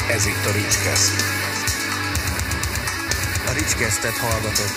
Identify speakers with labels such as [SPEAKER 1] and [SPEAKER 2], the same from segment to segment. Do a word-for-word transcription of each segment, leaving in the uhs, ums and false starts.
[SPEAKER 1] Ez itt a Ricskeszt. A Ricskesztet hallgatott.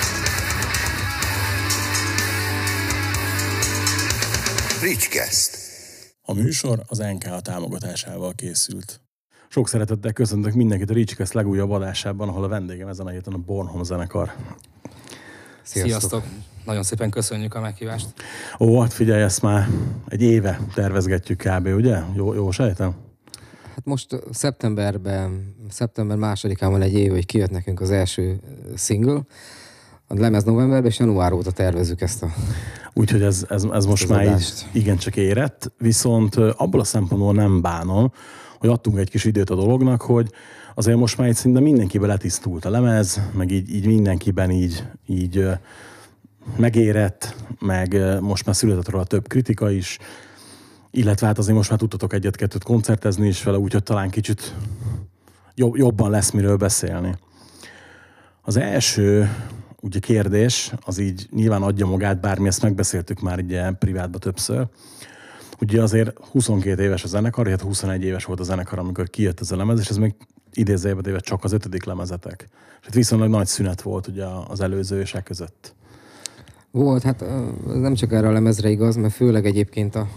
[SPEAKER 1] Ricskeszt.
[SPEAKER 2] A műsor az en ká á támogatásával készült. Sok szeretettel köszöntök mindenkit a Ricskeszt legújabb adásában, ahol a vendégem ezen a héten a Bornholm zenekar.
[SPEAKER 3] Sziasztok. Sziasztok! Nagyon szépen köszönjük a meghívást.
[SPEAKER 2] Ó, hát figyelj, ezt már egy éve tervezgetjük kb. Ugye? Jó, jó sejtem?
[SPEAKER 4] Hát most szeptemberben, szeptember másodikán van egy év, hogy kijött nekünk az első single. A lemez novemberben, és január óta tervezzük ezt a
[SPEAKER 2] Úgyhogy ez, ez, ez most már így igencsak érett, viszont abból a szempontból nem bánom, hogy adtunk egy kis időt a dolognak, hogy azért most már így szinte mindenkiben letisztult a lemez, meg így, így mindenkiben így, így megérett, meg most már született róla több kritika is, illetve hát azért most már tudtatok egyet-kettőt koncertezni is vele, úgyhogy talán kicsit jobb, jobban lesz miről beszélni. Az első ugye kérdés, az így nyilván adja magát, bármi ezt megbeszéltük már ugye privátban többször. Ugye azért huszonkét éves a zenekar, hát huszonegy éves volt a zenekar, amikor kijött ez a lemez, és ez még idézőjelben téve csak az ötödik lemezetek. És hát viszonylag nagy szünet volt ugye az előző és e között.
[SPEAKER 4] Volt, hát nem csak erre a lemezre igaz, mert főleg egyébként a,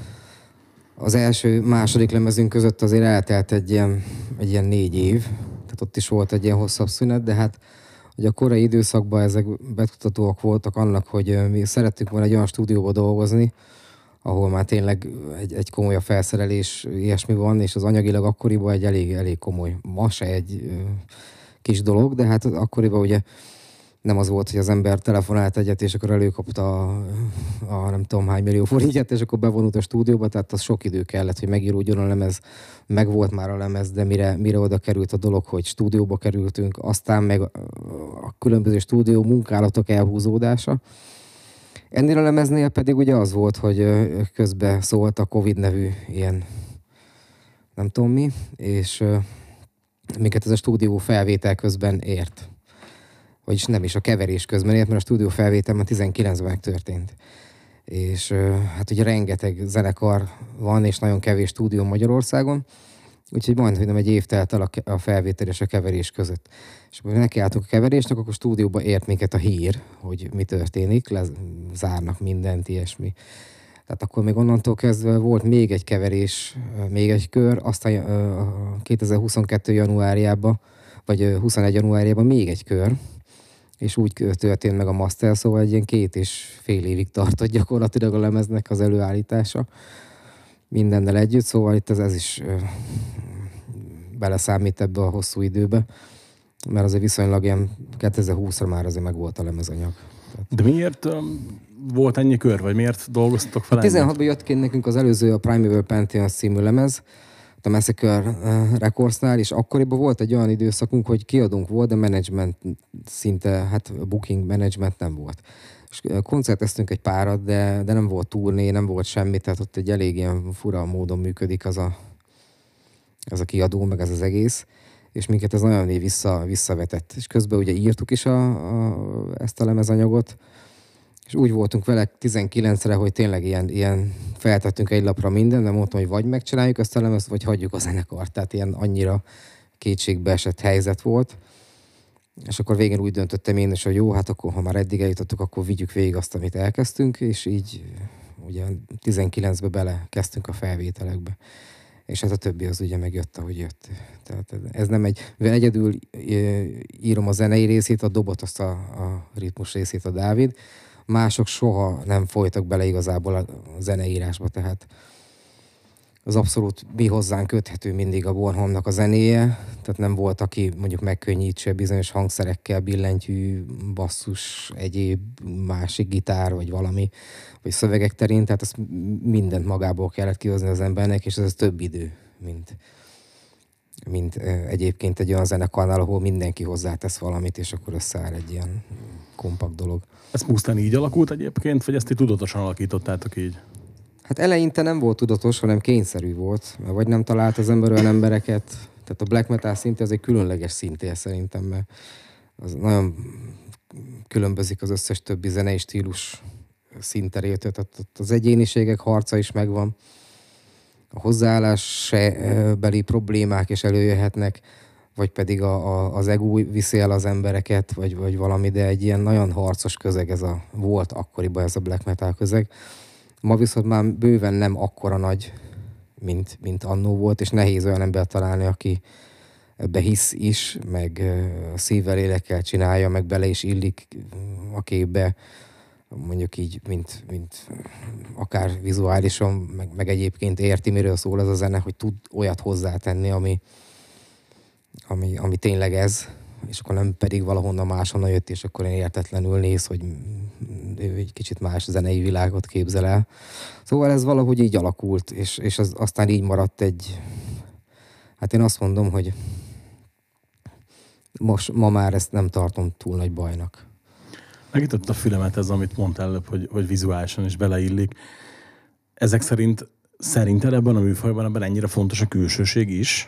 [SPEAKER 4] az első, második lemezünk között azért eltelt egy ilyen, egy ilyen négy év, tehát ott is volt egy ilyen hosszabb szünet, de hát hogy a korai időszakban ezek betudhatóak voltak annak, hogy mi szerettük volna egy olyan stúdióba dolgozni, ahol már tényleg egy, egy komolyabb felszerelés, ilyesmi van, és az anyagilag akkoriban egy elég, elég komoly, ma se egy ö, kis dolog, de hát akkoriban ugye nem az volt, hogy az ember telefonált egyet, és akkor előkapta a, a nem tudom hány millió forintját, és akkor bevonult a stúdióba, tehát az sok idő kellett, hogy megíródjon a lemez, meg volt már a lemez, de mire, mire oda került a dolog, hogy stúdióba kerültünk, aztán meg a különböző stúdió munkálatok elhúzódása. Ennél a lemeznél pedig ugye az volt, hogy közben szólt a Covid nevű ilyen nem tudom mi, és minket ez a stúdió felvétel közben ért. Vagyis nem is, a keverés közben ért, mert a stúdió felvétel már tizenkilencben megtörtént. És hát ugye rengeteg zenekar van, és nagyon kevés stúdió Magyarországon, úgyhogy majdnem, hogy nem egy év telt el a felvétel és a keverés között. És amikor nekiálltunk a keverésnek, akkor a stúdióba ért minket a hír, hogy mi történik, lezárnak mindent, ilyesmi. Tehát akkor még onnantól kezdve volt még egy keverés, még egy kör, aztán kétezer-huszonkettő januárjában, vagy huszonegy januárjában még egy kör, és úgy történt meg a master, szóval egy ilyen két és fél évig tartott gyakorlatilag a lemeznek az előállítása mindennel együtt, szóval itt ez, ez is ö, beleszámít ebbe a hosszú időbe, mert azért viszonylag ilyen kétezer-húszra már azért meg volt a lemezanyag.
[SPEAKER 2] De miért um, volt ennyi kör, vagy miért dolgoztatok fel?
[SPEAKER 4] tizenhatban jött ki nekünk az előző a Primeval Pantheon című lemez, a Massacre Recordsnál, és akkoriban volt egy olyan időszakunk, hogy kiadunk volt, de management szinte, hát booking management nem volt. És koncerteztünk egy párat, de, de nem volt turné, nem volt semmi, tehát ott egy elég ilyen fura módon működik az a, az a kiadó, meg ez az egész, és minket ez nagyon vissza, visszavetett. És közben ugye írtuk is a, a, ezt a lemezanyagot, és úgy voltunk vele tizenkilencre, hogy tényleg ilyen, ilyen feltettünk egy lapra mindent, de mondtam, hogy vagy megcsináljuk ezt a lemezt, vagy hagyjuk a zenekart. Tehát ilyen annyira kétségbe esett helyzet volt. És akkor végén úgy döntöttem én is, hogy jó, hát akkor ha már eddig eljutottuk, akkor vigyük végig azt, amit elkezdtünk, és így ugye tizenkilencbe bele kezdtünk a felvételekbe. És hát a többi az ugye megjött, ahogy jött. Tehát ez nem egy... Mivel egyedül írom a zenei részét, a dobot, azt a, a ritmus részét a Dávid, mások soha nem folytak bele igazából a zeneírásba, tehát az abszolút mi hozzánk köthető mindig a Bornholmnak a zenéje, tehát nem volt, aki mondjuk megkönnyítse bizonyos hangszerekkel, billentyű, basszus, egyéb másik gitár, vagy valami, vagy szövegek terén, tehát ezt mindent magából kellett kihozni az embernek, és ez több idő, mint, mint egyébként egy olyan zenekarnál, ahol mindenki hozzátesz valamit, és akkor összeáll egy ilyen kompakt dolog.
[SPEAKER 2] Ez pusztán így alakult egyébként, vagy ezt ti tudatosan alakítottátok így?
[SPEAKER 4] Hát eleinte nem volt tudatos, hanem kényszerű volt. Vagy nem talált az ember olyan embereket. Tehát a black metal szinte az egy különleges szintér szerintem, mert az nagyon különbözik az összes többi zenei stílus szinterétől. Tehát az egyéniségek harca is megvan. a hozzáállásbeli problémák is előjöhetnek, vagy pedig a, a, az ego viszi el az embereket, vagy, vagy valami, de egy ilyen nagyon harcos közeg ez a, volt akkoriban ez a black metal közeg. Ma viszont már bőven nem akkora nagy, mint, mint annó volt, és nehéz olyan embert találni, aki ebbe hisz is, meg szívvel, lélekkel csinálja, meg bele is illik a képbe, mondjuk így, mint, mint akár vizuálisan, meg, meg egyébként érti, miről szól ez a zene, hogy tud olyat hozzátenni, ami, ami, ami tényleg ez, és akkor nem pedig valahonnan máshonnan jött, és akkor én értetlenül néz, hogy ő egy kicsit más zenei világot képzel el. Szóval ez valahogy így alakult, és, és az, aztán így maradt egy, hát én azt mondom, hogy most, ma már ezt nem tartom túl nagy bajnak.
[SPEAKER 2] Megütött a fülemet ez, amit mondtál előbb, hogy, hogy vizuálisan is beleillik. Ezek szerint, szerinted ebben a műfajban ebben ennyire fontos a külsőség is?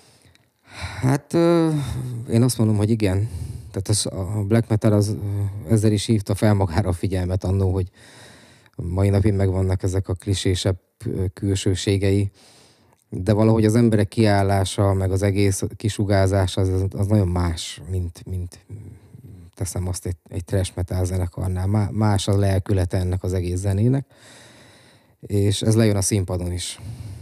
[SPEAKER 4] Hát én azt mondom, hogy igen. Tehát az, a black metal az ezzel is hívta fel magára a figyelmet annó, hogy mai napig megvannak ezek a klisésebb külsőségei, de valahogy az emberek kiállása, meg az egész kisugázása az, az nagyon más, mint, mint teszem azt egy, egy thrash metal zenekarnál. Más a lelkülete ennek az egész zenének, és ez lejön a színpadon is.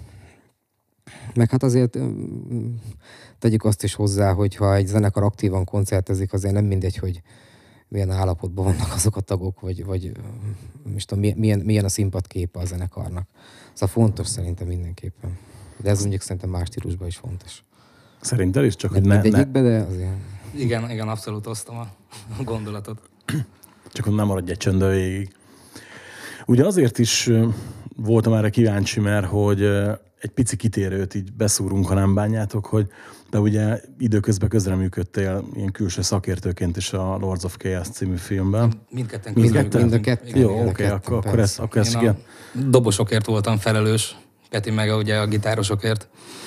[SPEAKER 4] Meg hát azért tegyük azt is hozzá, hogy ha egy zenekar aktívan koncertezik, azért nem mindegy, hogy milyen állapotban vannak azok a tagok, vagy, vagy most tudom, milyen, milyen a színpadképe a zenekarnak. Szóval fontos szerintem mindenképpen. De ez mondjuk szerintem más stílusban is fontos.
[SPEAKER 2] Szerinted is? Csak
[SPEAKER 4] nem
[SPEAKER 2] hogy ne,
[SPEAKER 4] mindegyikbe, de azért...
[SPEAKER 3] Igen, igen, abszolút osztom a gondolatot.
[SPEAKER 2] Csak hogy nem maradj egy csöndön végig. Ugye azért is voltam erre kíváncsi, mert hogy egy pici kitérőt így beszúrunk, ha nem bánjátok, hogy de ugye időközben közreműködtél ilyen külső szakértőként is a Lords of Chaos című filmben.
[SPEAKER 3] Mindketten
[SPEAKER 4] közreműködtünk. Mind a ketten?
[SPEAKER 2] Jó, oké, akkor, akkor ez, akkor ez igen.
[SPEAKER 3] Dobosokért voltam felelős, Peti meg ugye a gitárosokért.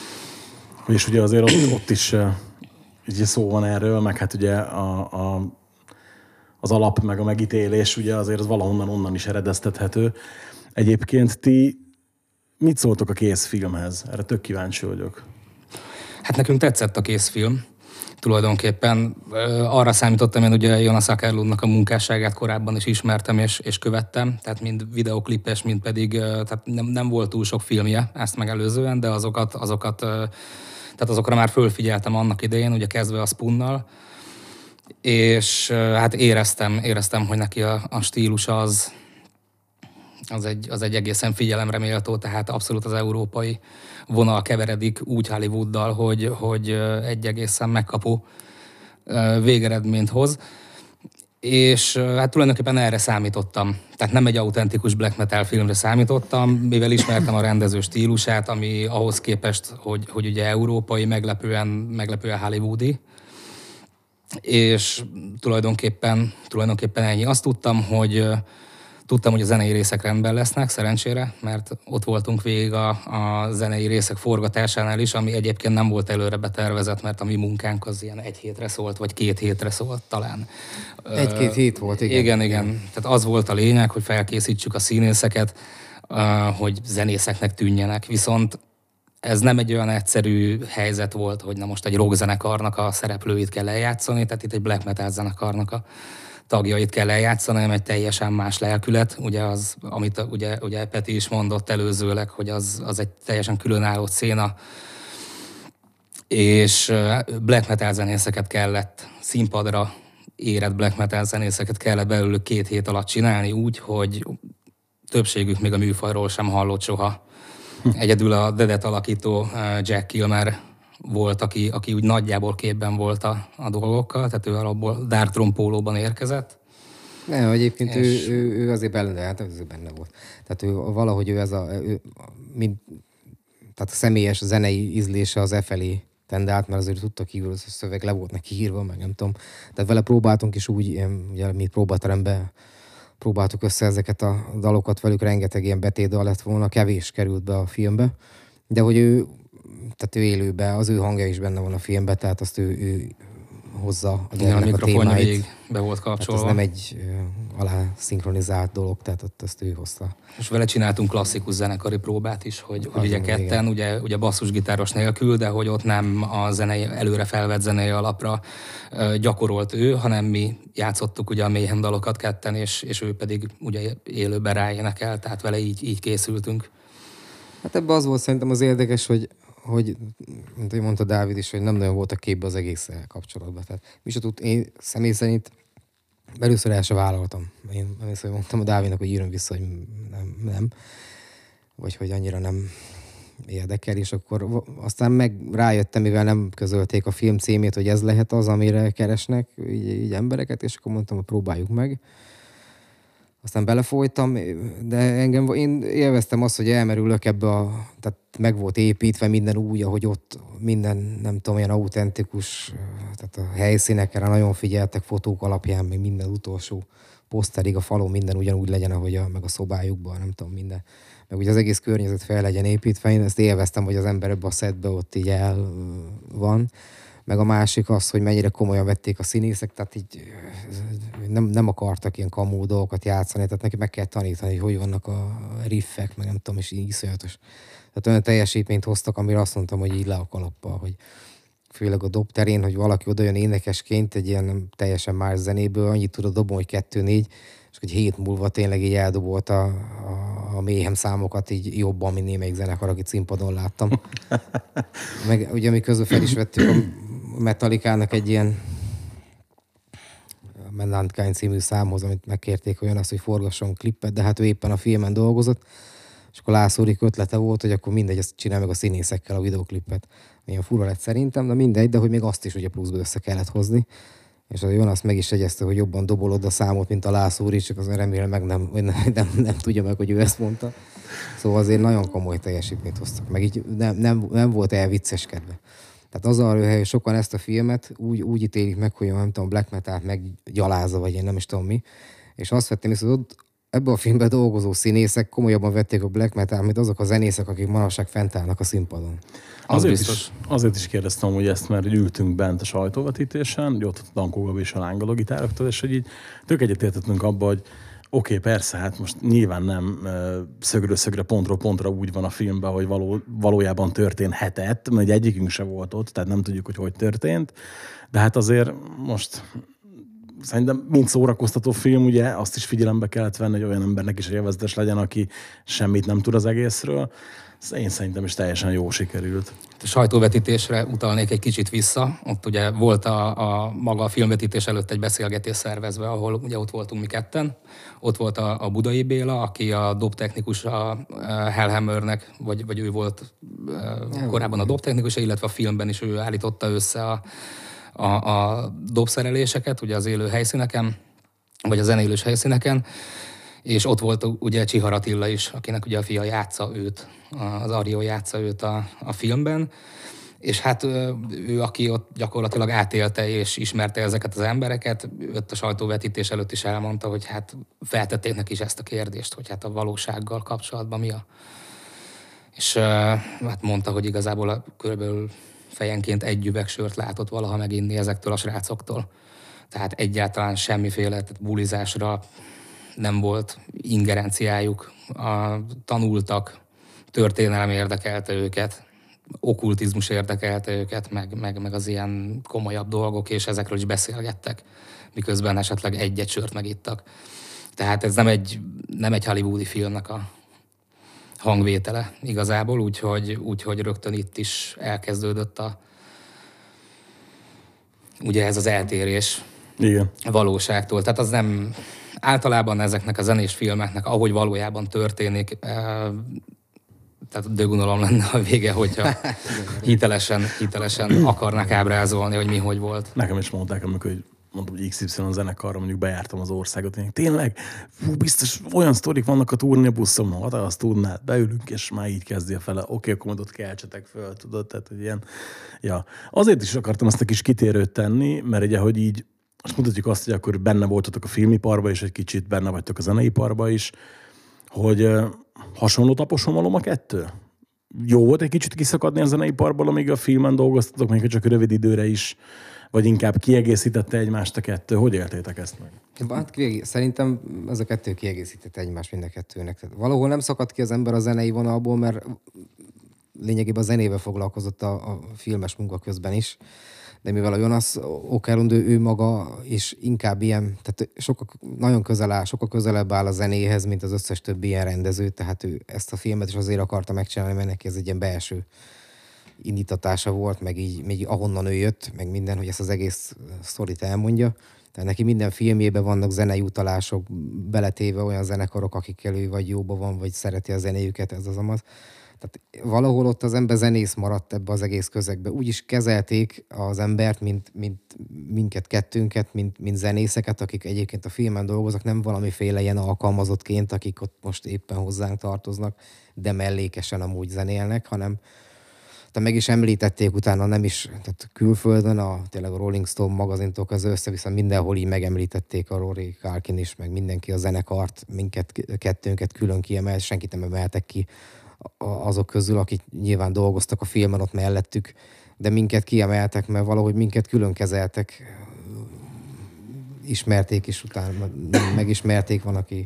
[SPEAKER 2] És ugye azért ott, ott is ugye szó van erről, meg hát ugye a, a, az alap, meg a megítélés, ugye azért az valahonnan onnan is eredeztethető. Egyébként ti mit szóltok a készfilmhez? Erre tök kíváncsi vagyok.
[SPEAKER 3] Hát nekünk tetszett a készfilm. Tulajdonképpen arra számítottam, én ugye Jonas Åkerlundnak a munkásságát korábban is ismertem és, és követtem, tehát mind videoklipes, mind pedig, tehát nem, nem volt túl sok filmje ezt megelőzően, de azokat, azokat, tehát azokra már fölfigyeltem annak idején, ugye kezdve a Spunnal, és hát éreztem, éreztem, hogy neki a, a stílus az, az egy, az egy egészen figyelemre méltó, tehát abszolút az európai vonal keveredik úgy Hollywooddal, hogy, hogy egy egészen megkapó végeredményt hoz. És hát tulajdonképpen erre számítottam. Tehát nem egy autentikus black metal filmre számítottam, mivel ismertem a rendező stílusát, ami ahhoz képest, hogy, hogy ugye európai, meglepően, meglepően hollywoodi. És tulajdonképpen, tulajdonképpen ennyi. Azt tudtam, hogy Tudtam, hogy a zenei részek rendben lesznek, szerencsére, mert ott voltunk végig a, a zenei részek forgatásánál is, ami egyébként nem volt előre betervezett, mert a mi munkánk az ilyen egy hétre szólt, vagy két hétre szólt talán.
[SPEAKER 4] Egy-két hét volt, igen.
[SPEAKER 3] Igen, igen. Tehát az volt a lényeg, hogy felkészítsük a színészeket, hogy zenészeknek tűnjenek. Viszont ez nem egy olyan egyszerű helyzet volt, hogy na most egy rockzenekarnak a szereplőit kell eljátszani, tehát itt egy black metal zenekarnak a tagjait kell eljátszani, hanem egy teljesen más lelkület, ugye az, amit ugye, ugye Peti is mondott előzőleg, hogy az, az egy teljesen különálló széna, és black metal zenészeket kellett, színpadra érett black metal zenészeket kellett belőlük két hét alatt csinálni úgy, hogy többségük még a műfajról sem hallott soha. Egyedül a Deadet alakító Jack Kilmer volt, aki, aki úgy nagyjából képben volt a, a dolgokkal, tehát ő alapból Darkthrone pólóban érkezett.
[SPEAKER 4] Nem, egyébként
[SPEAKER 3] és...
[SPEAKER 4] ő, ő, ő azért benne, hát ő benne volt. Tehát ő valahogy ő ez a, ő, mind, tehát a személyes zenei ízlése az e felé tendált, mert azért tudta kívül, az a szöveg le volt neki írva, meg nem tudom. Tehát vele próbáltunk is úgy, ilyen, ugye mi próbateremben próbáltuk össze ezeket a dalokat velük, rengeteg ilyen betétdal lett volna, kevés került be a filmbe, de hogy ő tehát ő élőben, az ő hangja is benne van a filmben, tehát azt ő, ő hozza a
[SPEAKER 3] Igen, a
[SPEAKER 4] gyereknek a
[SPEAKER 3] mikrofonja
[SPEAKER 4] témáit.
[SPEAKER 3] végig be volt kapcsolva.
[SPEAKER 4] Hát ez nem egy uh, alá szinkronizált dolog, tehát ott ezt ő hozta.
[SPEAKER 3] És vele csináltunk klasszikus zenekari próbát is, hogy, hogy ugye
[SPEAKER 4] igen,
[SPEAKER 3] ketten, ugye, ugye basszusgitáros nélkül, de hogy ott nem a zenei, előre felvett zenei alapra uh, gyakorolt ő, hanem mi játszottuk ugye a Mayhem dalokat ketten, és, és ő pedig ugye élőben ráénekel, tehát vele így, így készültünk.
[SPEAKER 4] Hát ebben az volt szerintem az érdekes, hogy, hogy mint ahogy mondta Dávid is, hogy nem nagyon volt a képbe az egésszel kapcsolatban. Tehát mi se tud, én személy szerint először el se vállaltam. Én először mondtam a Dávidnak, hogy írjon vissza, hogy nem, nem. Vagy hogy annyira nem érdekel, és akkor aztán meg rájöttem, mivel nem közölték a film címét, hogy ez lehet az, amire keresnek így, így embereket, és akkor mondtam, hogy próbáljuk meg. Aztán belefolytam, de engem, én élveztem azt, hogy elmerülök ebbe a, tehát meg volt építve minden úgy, ahogy ott minden, nem tudom, ilyen autentikus, tehát a helyszínekre nagyon figyeltek fotók alapján, még minden utolsó poszterig a falon minden ugyanúgy legyen, ahogy a, meg a szobájukban, nem tudom, minden. Meg ugye az egész környezet fel legyen építve, én ezt élveztem, hogy az ember ebbe a szettbe ott így el van. Meg a másik az, hogy mennyire komolyan vették a színészek, tehát így nem, nem akartak ilyen kamó dolgokat játszani, tehát neki meg kell tanítani, hogy hogy vannak a riffek, meg nem tudom, és így iszonyatos. Tehát olyan teljesítményt hoztak, amire azt mondtam, hogy így le a kalappal, hogy főleg a dob terén, hogy valaki oda jön énekesként egy ilyen teljesen más zenéből, annyit tud a dobon, hogy kettő négy, és hogy hét múlva tényleg így eldobolt a, a, a Mayhem számokat így jobban, mint némelyik zenekar, akit színpadon láttam. Meg ugye mi közben fel is vettük a Metallicának egy ilyen Mankind című számhoz, amit megkérték olyan azt, hogy forgasson klippet, de hát ő éppen a filmen dolgozott, és akkor Lászlórik ötlete volt, hogy akkor mindegy, azt csinál meg a színészekkel a videóklipet. Milyen fura lett szerintem, de mindegy, de hogy még azt is ugye pluszba össze kellett hozni. És az Jonas meg is jegyezte, hogy jobban dobolod a számot, mint a Lászlóri, csak azért remélem meg nem, nem, nem, nem tudja meg, hogy ő ezt mondta. Szóval azért nagyon komoly teljesítményt hoztak. Meg így nem, nem, nem volt el vicceskedve. Tehát az arra, hogy sokan ezt a filmet úgy, úgy ítélik meg, hogy nem tudom, black metal-t meggyalázza, vagy én nem is tudom mi. És azt vettem észre, hogy ott ebben a filmben dolgozó színészek komolyabban vették a black metal, mint azok a zenészek, akik manapság fent állnak a színpadon.
[SPEAKER 3] Az
[SPEAKER 2] azért,
[SPEAKER 3] biztos.
[SPEAKER 2] is, azért is kérdeztem, hogy ezt, mert ültünk bent a sajtóvetítésen, ott a Dankó Gabi és a lángoló gitároktól, és hogy így tök egyetértettünk abba, hogy oké, okay, persze, hát most nyilván nem szögről szögre, pontról pontra úgy van a filmben, hogy való, valójában történhetett, mert egyikünk se volt ott, tehát nem tudjuk, hogy hogy történt, de hát azért most szerintem mind szórakoztató film, ugye azt is figyelembe kellett venni, hogy olyan embernek is élvezetes legyen, aki semmit nem tud az egészről. Én szerintem is teljesen jó sikerült.
[SPEAKER 3] A sajtóvetítésre utalnék egy kicsit vissza. Ott ugye volt a, a maga a filmvetítés előtt egy beszélgetés szervezve, ahol ugye ott voltunk mi ketten. Ott volt a, a Budai Béla, aki a dobtechnikus a Hellhammernek, vagy, vagy ő volt korábban a dobtechnikusa, illetve a filmben is ő állította össze a, a, a dobszereléseket, ugye az élő helyszíneken, vagy a zenélős helyszíneken. És ott volt ugye Csihar Attila is, akinek ugye a fia játsza őt, az Arió játsza őt a, a filmben, és hát ő, aki ott gyakorlatilag átélte és ismerte ezeket az embereket, őt a sajtóvetítés előtt is elmondta, hogy hát feltették neki is ezt a kérdést, hogy hát a valósággal kapcsolatban mi a... És hát mondta, hogy igazából a, körülbelül fejenként egy üveg sört látott valaha meginni ezektől a srácoktól. Tehát egyáltalán semmiféle bulizásra nem volt ingerenciájuk, a, tanultak, történelem érdekelte őket, okkultizmus érdekelte őket, meg, meg, meg az ilyen komolyabb dolgok, és ezekről is beszélgettek, miközben esetleg egy-egy sört megittak. Tehát ez nem egy, nem egy hollywoodi filmnek a hangvétele igazából, úgyhogy, úgyhogy rögtön itt is elkezdődött a, ugye ez az eltérés.
[SPEAKER 2] Igen.
[SPEAKER 3] Valóságtól. Tehát az nem... Általában ezeknek a zenés filmeknek, ahogy valójában történik, tehát dögunalom lenne a vége, hogyha hitelesen, hitelesen akarnak ábrázolni, hogy mi hogy volt.
[SPEAKER 2] Nekem is mondták, amikor hogy mondtam, hogy iksz ipszilon zenekarra mondjuk bejártam az országot, én tényleg, fú, biztos olyan sztorik vannak a turnébuszon, hát azt tudnád, beülünk, és már így kezdi a fele, oké, okay, akkor mondod, keltsetek föl, tudod, tehát hogy ilyen, ja. Azért is akartam ezt a kis kitérőt tenni, mert ugye, hogy így azt mutatjuk azt, hogy akkor benne voltatok a filmiparba, és egy kicsit benne vagytok a zeneiparba is, hogy hasonló taposomalom a kettő? Jó volt egy kicsit kiszakadni a zeneiparból, amíg a filmen dolgoztatok, még csak rövid időre is, vagy inkább kiegészítette egymást a kettő? Hogy éltétek ezt meg?
[SPEAKER 4] Hát szerintem ez a kettő kiegészítette egymást mind a kettőnek. Tehát valahol nem szakadt ki az ember a zenei vonalból, mert lényegében a zenével foglalkozott a, a filmes munka közben is. De mivel a Jonas Åkerlund, ő, ő maga is inkább ilyen, tehát sokkal, nagyon közel áll, sokkal közelebb áll a zenéhez, mint az összes többi ilyen rendező, tehát ő ezt a filmet is azért akarta megcsinálni, mert neki ez egy ilyen belső indítatása volt, meg így, még ahonnan ő jött, meg minden, hogy ezt az egész sztorit elmondja. Tehát neki minden filmjében vannak zenei utalások, beletéve olyan zenekarok, akikkel ő vagy jóban van, vagy szereti a zenéjüket, ez az amaz. Tehát valahol ott az ember zenész maradt ebbe az egész közegbe. Úgy is kezelték az embert, mint, mint minket kettőnket, mint, mint zenészeket, akik egyébként a filmen dolgoznak, nem valamiféle ilyen alkalmazottként, akik ott most éppen hozzánk tartoznak, de mellékesen amúgy zenélnek, hanem tehát meg is említették utána, nem is, tehát külföldön, a, tényleg a Rolling Stone magazintól az össze-vissza mindenhol így megemlítették a Rory Culkin is, meg mindenki a zenekart, minket kettőnket külön kiemelt, senkit nem emeltek ki azok közül, akik nyilván dolgoztak a filmen ott mellettük, de minket kiemeltek, mert valahogy minket külön kezeltek, ismerték is utána, megismerték, van, aki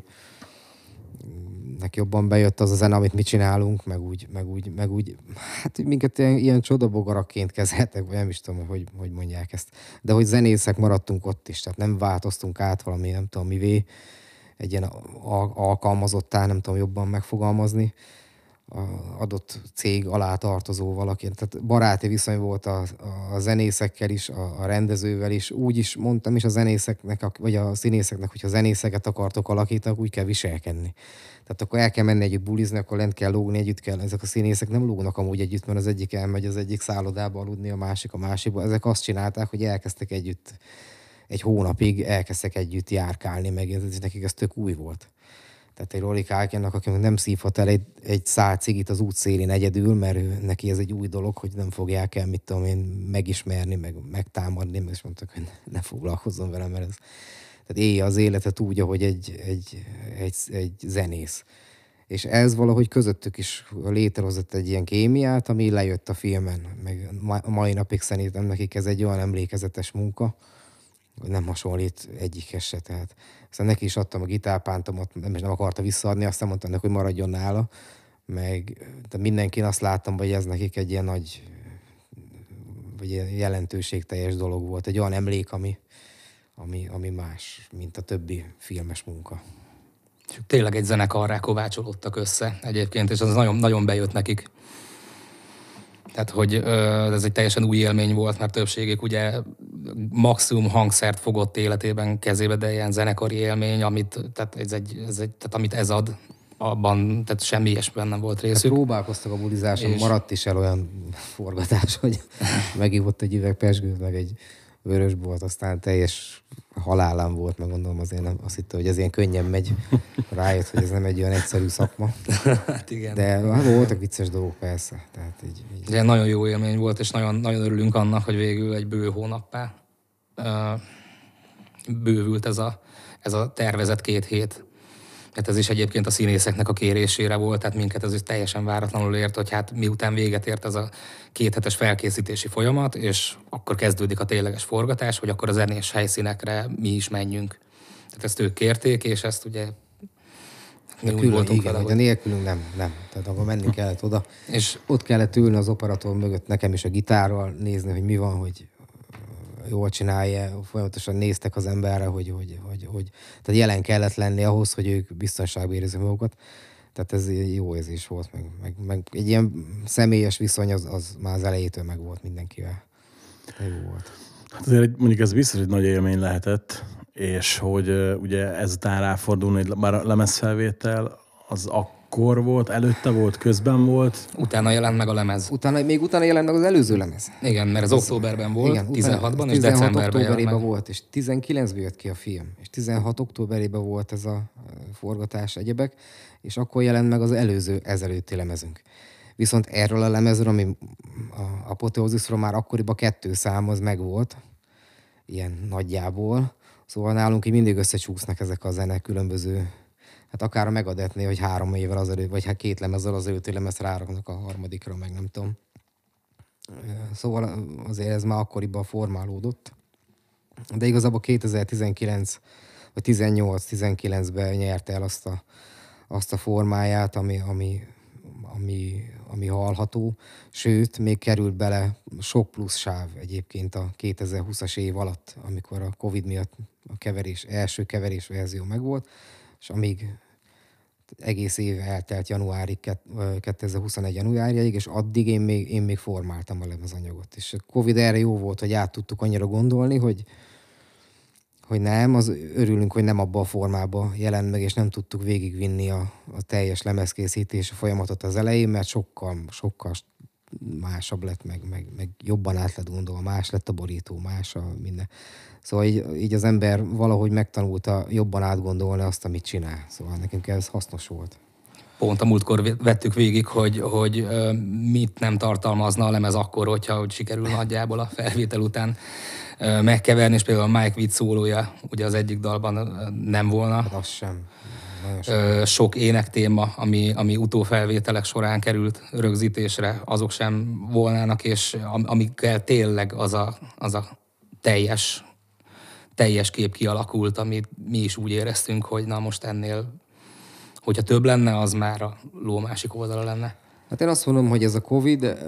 [SPEAKER 4] neki jobban bejött az a zene, amit mi csinálunk, meg úgy, meg úgy, meg úgy hát minket ilyen, ilyen csodabogarakként kezeltek, vagy nem is tudom, hogy hogy mondják ezt. De hogy zenészek maradtunk ott is, tehát nem változtunk át valami, nem tudom mivé, egy ilyen alkalmazottá, nem tudom jobban megfogalmazni, a adott cég alá tartozó valaki. Tehát baráti viszony volt a, a zenészekkel is, a, a rendezővel is. Úgy is mondtam is a zenészeknek, vagy a színészeknek, hogyha zenészeket akartok alakítani, úgy kell viselkedni. Tehát akkor el kell menni együtt bulizni, akkor lent kell lógni, együtt kell. Ezek a színészek nem lógnak amúgy együtt, mert az egyik elmegy az egyik szállodába aludni, a másik a másikba. Ezek azt csinálták, hogy elkezdtek együtt egy hónapig, elkezdtek együtt járkálni, meg nekik ez tök új volt. Tehát egy Rory Culkinnak, aki nem szívhat el egy, egy szál cigit az útszélén egyedül, mert ő, neki ez egy új dolog, hogy nem fogják el, mit tudom én, megismerni, meg megtámadni, és mondtak, hogy ne foglalkozzon vele, mert ez... Tehát élje az életet úgy, ahogy egy, egy, egy, egy zenész. És ez valahogy közöttük is létrehozott egy ilyen kémiát, ami lejött a filmen. Meg a mai napig szerintem nekik ez egy olyan emlékezetes munka, hogy nem hasonlít egyikhez se. Tehát aztán neki is adtam a gitárpántomat, nem, nem akarta visszaadni, aztán mondtam neki, hogy maradjon nála. Meg de mindenkin azt láttam, hogy ez nekik egy ilyen nagy, vagy ilyen jelentőségteljes dolog volt. Egy olyan emlék, ami, ami, ami más, mint a többi filmes munka.
[SPEAKER 3] Tényleg egy zenekarrá kovácsolódtak össze egyébként, és az nagyon, nagyon bejött nekik. Tehát, hogy ez egy teljesen új élmény volt, mert többségük ugye maximum hangszert fogott életében kezébe, de ilyen zenekari élmény, amit, tehát ez egy, ez egy, tehát amit ez ad, abban tehát semmi ilyesmiben nem volt részük.
[SPEAKER 4] Hát próbálkoztak a bulizáson, és... maradt is el olyan forgatás, hogy megívott egy üveg pesgőt, meg egy vörösbort, aztán teljes halálám volt, meg gondolom azért nem, azt hitte, hogy ez ilyen könnyen megy. Rájött, hogy ez nem egy olyan egyszerű szakma.
[SPEAKER 3] Hát igen.
[SPEAKER 4] De hát voltak vicces dolgok persze. Tehát így, így.
[SPEAKER 3] De nagyon jó élmény volt, és nagyon, nagyon örülünk annak, hogy végül egy bő hónappá bővült ez a, ez a tervezett két hét. Hát ez is egyébként a színészeknek a kérésére volt, tehát minket ez is teljesen váratlanul ért, hogy hát miután véget ért ez a kéthetes felkészítési folyamat, és akkor kezdődik a tényleges forgatás, hogy akkor a zenés helyszínekre mi is menjünk. Tehát ezt ők kérték, és ezt ugye mi úgy
[SPEAKER 4] külön,
[SPEAKER 3] voltunk
[SPEAKER 4] igen,
[SPEAKER 3] vele,
[SPEAKER 4] hogy a nélkülünk nem, nem. Tehát akkor menni kellett oda.
[SPEAKER 3] És
[SPEAKER 4] ott kellett ülni az operator mögött nekem is a gitárral, nézni, hogy mi van, hogy jól csinálja, folyamatosan néztek az emberre, hogy, hogy, hogy, hogy tehát jelen kellett lenni ahhoz, hogy ők biztonságban érezzék magukat. Tehát ez jó érzés volt, meg, meg, meg egy ilyen személyes viszony az, az már az elejétől meg volt mindenkivel. De jó volt.
[SPEAKER 2] Hát azért mondjuk ez biztos, hogy nagy élmény lehetett, és hogy uh, ugye ezután ráfordulni egy bár a lemezfelvétel, az akkor volt, előtte volt, közben volt.
[SPEAKER 3] utána jelent meg a lemez.
[SPEAKER 4] Utána, még utána jelent meg az előző lemez.
[SPEAKER 3] Igen, mert ez októberben volt, igen, tizenhatban, és
[SPEAKER 4] tizenhat
[SPEAKER 3] decemberben jelent meg.
[SPEAKER 4] volt, és tizenkilencben jött ki a film. És tizenhat októberében volt ez a forgatás egyebek, és akkor jelent meg az előző, ezelőtti lemezünk. Viszont erről a lemezről, ami a Apoteózisról már akkoriban kettő szám, az megvolt, ilyen nagyjából. Szóval nálunk így mindig összecsúsznak ezek a zenek különböző, hát akár a Megadethnél, hogy három évvel azelőtt, vagy hát két lemezzel az előtti lemez ráraknak a harmadikra, meg nem tudom. Szóval azért ez már akkoriban formálódott. De igazából kétezer-tizenkilenc vagy tizennyolc-tizenkilencben nyerte el azt a, azt a formáját, ami, ami, ami, ami hallható. Sőt, még került bele sok plusz sáv egyébként a kétezer-húszas év alatt, amikor a Covid miatt a keverés, első keverés verzió megvolt, és amíg egész év eltelt januárig, kétezer-huszonegy januárjáig, és addig én még, én még formáltam a lemezanyagot. És a Covid erre jó volt, hogy át tudtuk annyira gondolni, hogy, hogy nem, az örülünk, hogy nem abba a formába jelent meg, és nem tudtuk végigvinni a, a teljes lemezkészítési folyamatot az elején, mert sokkal, sokkal másabb lett, meg, meg, meg jobban át lett gondolva, más lett a borító, más a minden. Szóval így, így az ember valahogy megtanulta jobban átgondolni azt, amit csinál. Szóval nekünk ez hasznos volt.
[SPEAKER 3] Pont a múltkor vettük végig, hogy, hogy mit nem tartalmazna a lemez akkor, hogyha hogy sikerül nagyjából a felvétel után megkeverni, és például a Mike Witt szólója ugye az egyik dalban nem volna.
[SPEAKER 4] Hát az sem.
[SPEAKER 3] Sok énektéma, ami, ami utófelvételek során került rögzítésre, azok sem volnának, és amikkel tényleg az a, az a teljes, teljes kép kialakult, amit mi is úgy éreztünk, hogy na most ennél, hogyha több lenne, az már a ló másik oldala lenne.
[SPEAKER 4] Hát én azt mondom, hogy ez a Covid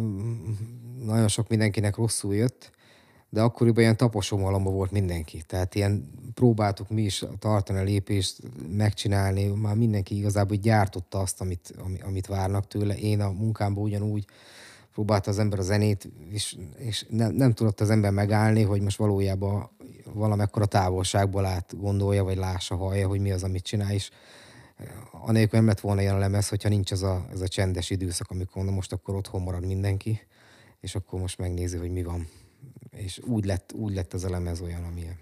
[SPEAKER 4] nagyon sok mindenkinek rosszul jött, de akkoriban ilyen taposómalomba volt mindenki. Tehát ilyen próbáltuk mi is tartani a lépést, megcsinálni, már mindenki igazából gyártotta azt, amit, amit várnak tőle. Én a munkámban ugyanúgy próbálta az ember a zenét, és, és nem, nem tudott az ember megállni, hogy most valójában valamekkora távolságból át gondolja, vagy lássa, hallja, hogy mi az, amit csinál, és anélkül nem lett volna ilyen a lemez, hogyha nincs ez a, ez a csendes időszak, amikor most akkor otthon marad mindenki, és akkor most megnézi, hogy mi van. És úgy lett, úgy lett ez a lemez olyan, amilyen.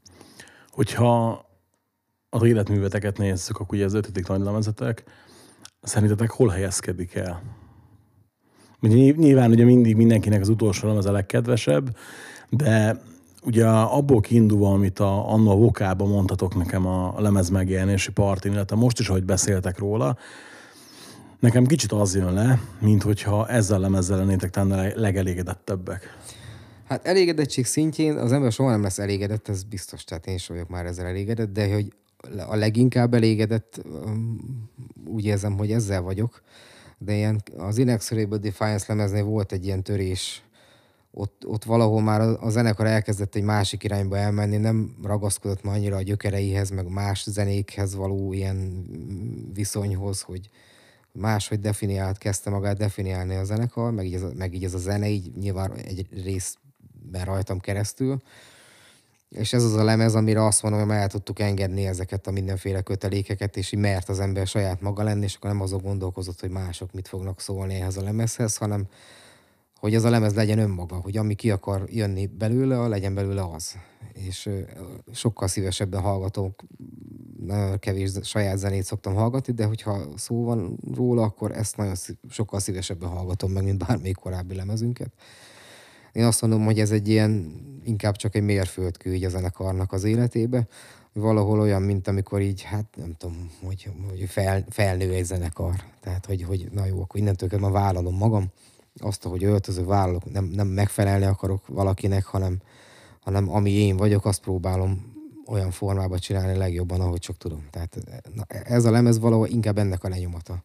[SPEAKER 2] Hogyha az életműveteket nézzük, akkor ugye az ötödik nagy lemezetek, szerintetek hol helyezkedik el? Nyilván ugye mindig mindenkinek az utolsó lemez a legkedvesebb, de ugye abból kiindulva, amit a, anno a Vokában mondtatok nekem a lemez megjelenési partin, illetve most is, ahogy beszéltek róla, nekem kicsit az jön le, mint hogyha ezzel a lemezzel lennétek talán a legelégedettebbek. Hát
[SPEAKER 4] elégedettség szintjén az ember soha nem lesz elégedett, ez biztos, tehát én is vagyok már ezzel elégedett, de hogy a leginkább elégedett, úgy érzem, hogy ezzel vagyok, de ilyen az Inexorable Defiance lemeznél volt egy ilyen törés, ott, ott valahol már a zenekar elkezdett egy másik irányba elmenni, nem ragaszkodott már annyira a gyökereihez, meg más zenékhez való ilyen viszonyhoz, hogy máshogy definiált, kezdte magát definiálni a zenekar, meg így ez a, meg így ez a zene, így nyilván egy részben rajtam keresztül. És ez az a lemez, amire azt mondom, hogy el tudtuk engedni ezeket a mindenféle kötelékeket, és így mert az ember saját maga lenni, és akkor nem azon gondolkozott, hogy mások mit fognak szólni ehhez a lemezhez, hanem hogy ez a lemez legyen önmaga, hogy ami ki akar jönni belőle, legyen belőle az. És sokkal szívesebben hallgatok, nagyon kevés saját zenét szoktam hallgatni, de hogyha szó van róla, akkor ezt nagyon szív, sokkal szívesebben hallgatom meg, mint bármelyik korábbi lemezünket. Én azt mondom, hogy ez egy ilyen, inkább csak egy mérföldkő így a zenekarnak az életébe. Valahol olyan, mint amikor így, hát nem tudom, hogy, hogy fel, felnő egy zenekar. Tehát, hogy, hogy na jó, akkor innentől kezdve már vállalom magam. Azt, hogy öltöző vállalok, nem, nem megfelelni akarok valakinek, hanem, hanem ami én vagyok, azt próbálom olyan formában csinálni legjobban, ahogy csak tudom. Tehát na, ez a lemez valahol inkább ennek a lenyomata.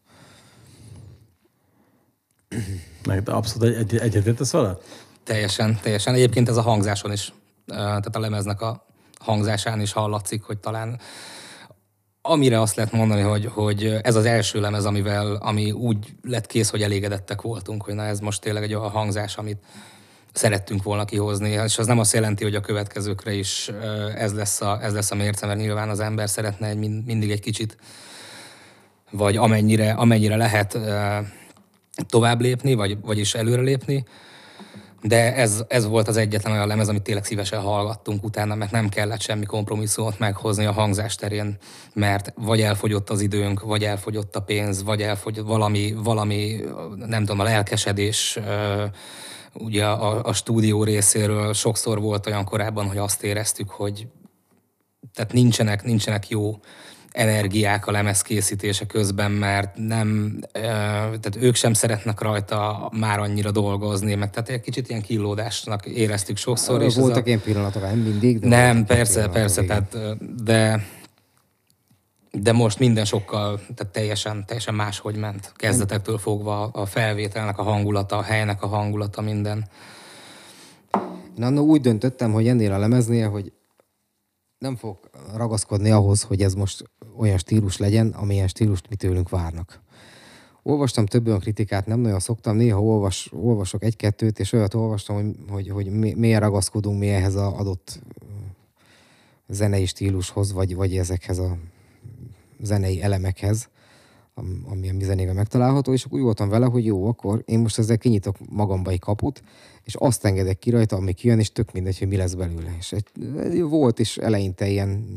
[SPEAKER 2] De abszolút egy, egy, egyetértesz vele?
[SPEAKER 3] Teljesen, teljesen. Egyébként ez a hangzáson is, tehát a lemeznek a hangzásán is hallatszik, hogy talán amire azt lehet mondani, hogy, hogy ez az első lemez, amivel, ami úgy lett kész, hogy elégedettek voltunk, hogy na ez most tényleg egy olyan hangzás, amit szerettünk volna kihozni, és az nem azt jelenti, hogy a következőkre is ez lesz a, ez lesz a mérce, mert nyilván az ember szeretne egy, mindig egy kicsit, vagy amennyire, amennyire lehet tovább lépni, vagy, vagyis előre lépni, de ez, ez volt az egyetlen olyan lemez, amit tényleg szívesen hallgattunk utána, mert nem kellett semmi kompromisszumot meghozni a hangzás terén, mert vagy elfogyott az időnk, vagy elfogyott a pénz, vagy elfogyott valami, valami nem tudom, a lelkesedés. Ugye a, a stúdió részéről sokszor volt olyan korábban, hogy azt éreztük, hogy tehát nincsenek, nincsenek jó energiák a lemez készítése közben, mert nem, tehát ők sem szeretnek rajta már annyira dolgozni, meg tehát egy kicsit ilyen killódásnak éreztük sokszor.
[SPEAKER 4] És voltak
[SPEAKER 3] a...
[SPEAKER 4] ilyen pillanatok, nem mindig. De
[SPEAKER 3] nem, persze, persze, tehát, de, de most minden sokkal, tehát teljesen, teljesen máshogy ment. Kezdetektől fogva a felvételnek a hangulata, a helynek a hangulata, minden.
[SPEAKER 4] Én annak úgy döntöttem, hogy ennél a lemeznél, hogy nem fog ragaszkodni ahhoz, hogy ez most olyan stílus legyen, amilyen stílust mi tőlünk várnak. Olvastam több olyan kritikát, nem nagyon szoktam, néha olvas, olvasok egy-kettőt, és olyat olvastam, hogy, hogy, hogy miért ragaszkodunk mi ehhez az adott zenei stílushoz, vagy, vagy ezekhez a zenei elemekhez, ami a mi zenében megtalálható, és úgy voltam vele, hogy jó, akkor én most ezzel kinyitok magamba egy kaput, és azt engedek ki rajta, ami kijön, és tök mindegy, hogy mi lesz belőle. És egy, volt is eleinte ilyen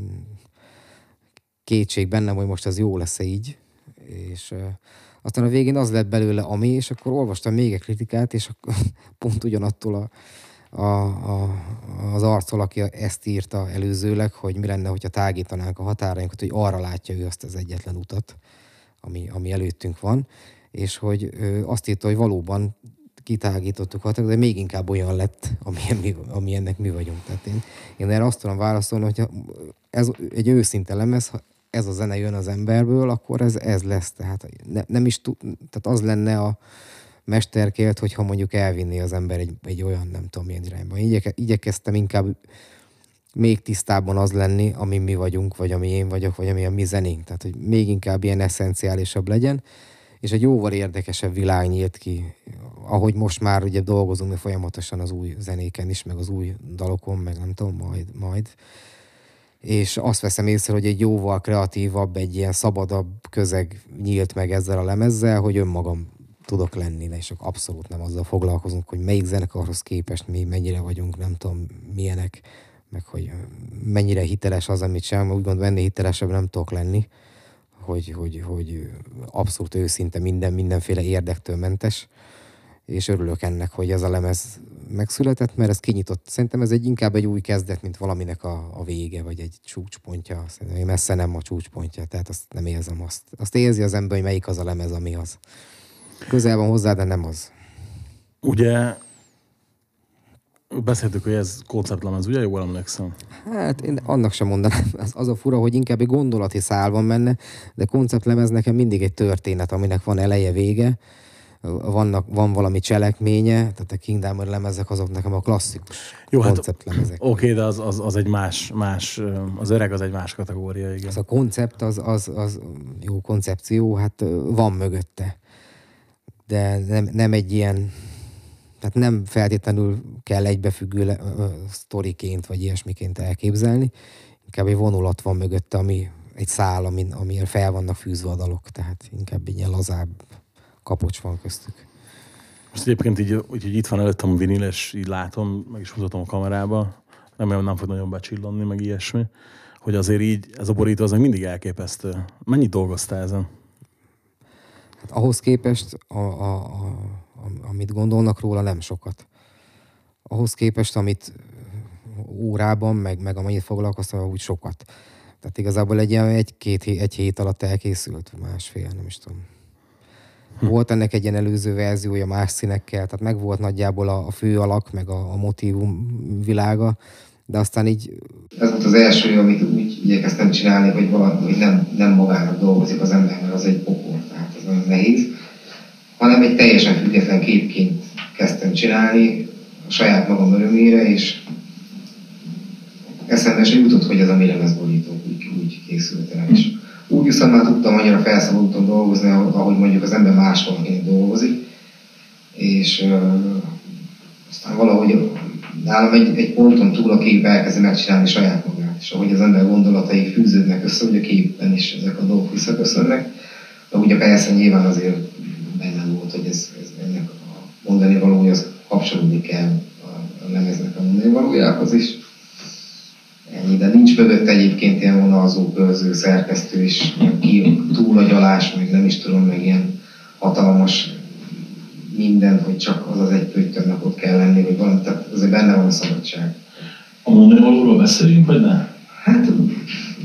[SPEAKER 4] kétség bennem, hogy most ez jó lesz-e így, és uh, aztán a végén az lett belőle ami, és akkor olvastam még egy kritikát, és akkor pont ugyanattól a, a, a, az arccal, aki ezt írta előzőleg, hogy mi lenne, hogyha tágítanánk a határainkat, hogy arra látja ő azt az egyetlen utat, ami, ami előttünk van, és hogy ö, azt írta, hogy valóban kitágítottuk határokat, de még inkább olyan lett, amilyen, mi, ami ennek mi vagyunk. Tehát én, én erre azt tudom válaszolni, hogy ez egy őszinte lemez, ha ez a zene jön az emberből, akkor ez, ez lesz. Tehát ne, nem is tud, tehát az lenne a mesterkélt, hogyha mondjuk elvinné az ember egy, egy olyan, nem tudom milyen irányba. Igyeke, igyekeztem inkább még tisztában az lenni, ami mi vagyunk, vagy ami én vagyok, vagy ami a mi zenénk. Tehát, hogy még inkább ilyen eszenciálisabb legyen, és egy jóval érdekesebb világ nyílt ki, ahogy most már ugye dolgozunk mi folyamatosan az új zenéken is, meg az új dalokon, meg nem tudom, majd, majd. És azt veszem észre, hogy egy jóval kreatívabb, egy ilyen szabadabb közeg nyílt meg ezzel a lemezzel, hogy önmagam tudok lenni, és abszolút nem azzal foglalkozunk, hogy melyik zenekarhoz képest mi mennyire vagyunk, nem tudom milyenek, meg hogy mennyire hiteles az, amit sem, úgy gondolom, ennél hitelesebb nem tudok lenni, hogy, hogy, hogy abszolút őszinte minden, mindenféle érdektől mentes, és örülök ennek, hogy ez a lemez megszületett, mert ez kinyitott. Szerintem ez egy inkább egy új kezdet, mint valaminek a, a vége, vagy egy csúcspontja. Szerintem messze nem a csúcspontja, tehát azt nem érzem azt. Azt érzi az ember, hogy melyik az a lemez, ami az. Közel van hozzá, de nem az.
[SPEAKER 2] Ugye beszéltük, hogy ez konceptlemez, ugye? Jól emlékszem.
[SPEAKER 4] Hát én annak sem mondanám. Az, az a fura, hogy inkább egy gondolati szál van benne, de konceptlemez nekem mindig egy történet, aminek van eleje, vége. Vannak, van valami cselekménye, tehát a King Diamond lemezek azok nekem a klasszikus jó, konceptlemezek.
[SPEAKER 2] Hát, oké, okay, de az, az, az egy más, más, az öreg az egy más kategória, igen.
[SPEAKER 4] Az a koncept, az, az, az jó koncepció, hát van mögötte. De nem, nem egy ilyen, tehát nem feltétlenül kell egybefüggő le, ö, sztoriként, vagy ilyesmiként elképzelni. Inkább egy vonulat van mögötte, ami egy szál, amin, amilyen fel vannak fűzve a dalok, tehát inkább egy ilyen lazább kapocs van köztük.
[SPEAKER 2] Most egyébként így, így itt van előttem a vinil, és így látom, meg is mutatom a kamerába, remélem nem fog nagyon becsillanni, meg ilyesmi, hogy azért így ez a borító az mindig elképesztő. Mennyit dolgoztál ezen?
[SPEAKER 4] Hát ahhoz képest, a, a, a, amit gondolnak róla, nem sokat. Ahhoz képest, amit órában, meg, meg amennyit foglalkoztam, úgy sokat. Tehát igazából egy, egy-két egy hét alatt elkészült, másfél, nem is tudom. Volt ennek egy ilyen előző verziója más színekkel, tehát meg volt nagyjából a, a fő alak, meg a, a motívum világa, de aztán így... Ez volt az első, amit úgy igyekeztem csinálni, hogy valami nem, nem magának dolgozik az ember, mert az egy pokol, tehát ez nagyon nehéz, hanem egy teljesen független képként kezdtem csinálni a saját magam örömére, és eszembe se jutott, hogy ez a mi lemezborító úgy, úgy készült el. És úgy viszont már tudtam annyira felszabadultan dolgozni, ahogy mondjuk az ember más valakinek dolgozik, és uh, aztán valahogy nálam egy, egy ponton túl a kép elkezdi megcsinálni saját magát, és ahogy az ember gondolatai fűződnek össze, hogy a képben is ezek a dolgok visszaköszönnek, de ugye persze nyilván azért benne volt, hogy ez, ez ennek a mondani valója, az kapcsolódik kell a, a lemeznek a mondani valójához is. Ennyi, de nincs mögött egyébként ilyen vonalzó, körző, szerkesztő és túlagyalás, meg nem is tudom, meg ilyen hatalmas minden, hogy csak az az egy pöttyönnek ott kell lenni, vagy valami, tehát azért benne van a szabadság.
[SPEAKER 5] A mondani valóról beszélünk, vagy ne?
[SPEAKER 4] Hát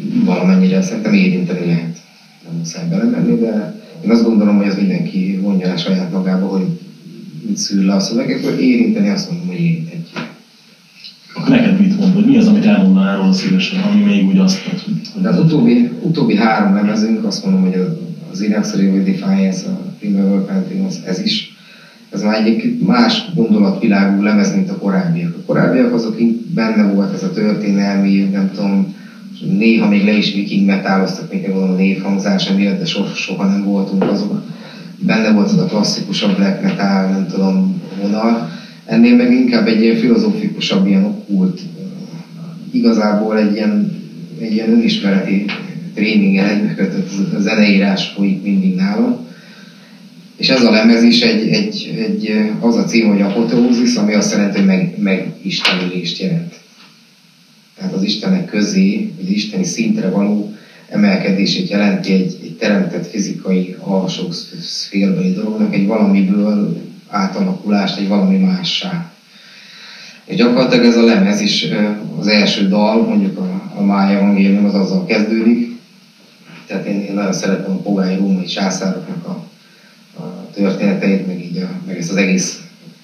[SPEAKER 5] valamennyire szerintem érinteni lehet. Nem muszáj belemenni, de én azt gondolom, hogy ez mindenki vonja el saját magába, hogy mit szül le a szövegekből. Érinteni azt mondom, hogy érinthetjük.
[SPEAKER 6] Akkor neked mit mond, hogy mi az, amit elmondanál róla szívesen, ami még úgy azt hogy...
[SPEAKER 5] De az utóbbi, utóbbi három lemezünk, azt mondom, hogy az Inexorable Defiance, a Primeval Pentenos, ez is, ez már egy más gondolatvilágú lemez, mint a korábbiak. A korábbiak azok benne volt ez a történelmi, nem tudom, néha még le is viking metáloztak, még mondom a névhangzása miatt, de so, soha nem voltunk azok. Benne volt az a klasszikusabb black metal, nem tudom, vonal. Ennél meg inkább egy ilyen filozófikusabb, ilyen okkult, igazából egy ilyen, egy ilyen önismereti tréninggel egybekötött zeneírás folyik mindig nálam. És ez a lemez is egy, egy, egy, az a cím, hogy Apoteózis, ami azt jelenti, hogy meg, megistenülést jelent. Tehát az Istenek közé, vagy isteni szintre való emelkedését jelenti egy, egy teremtett fizikai alsó szférbeli dolognak, egy valamiből átalakulást, egy valami mássá. És gyakorlatilag ez a lemez is, az első dal, mondjuk a, a Máj Evangélium az azzal kezdődik. Tehát én, én nagyon szeretem a pogány római császároknak a, a történeteit, meg, így a, meg ezt az egész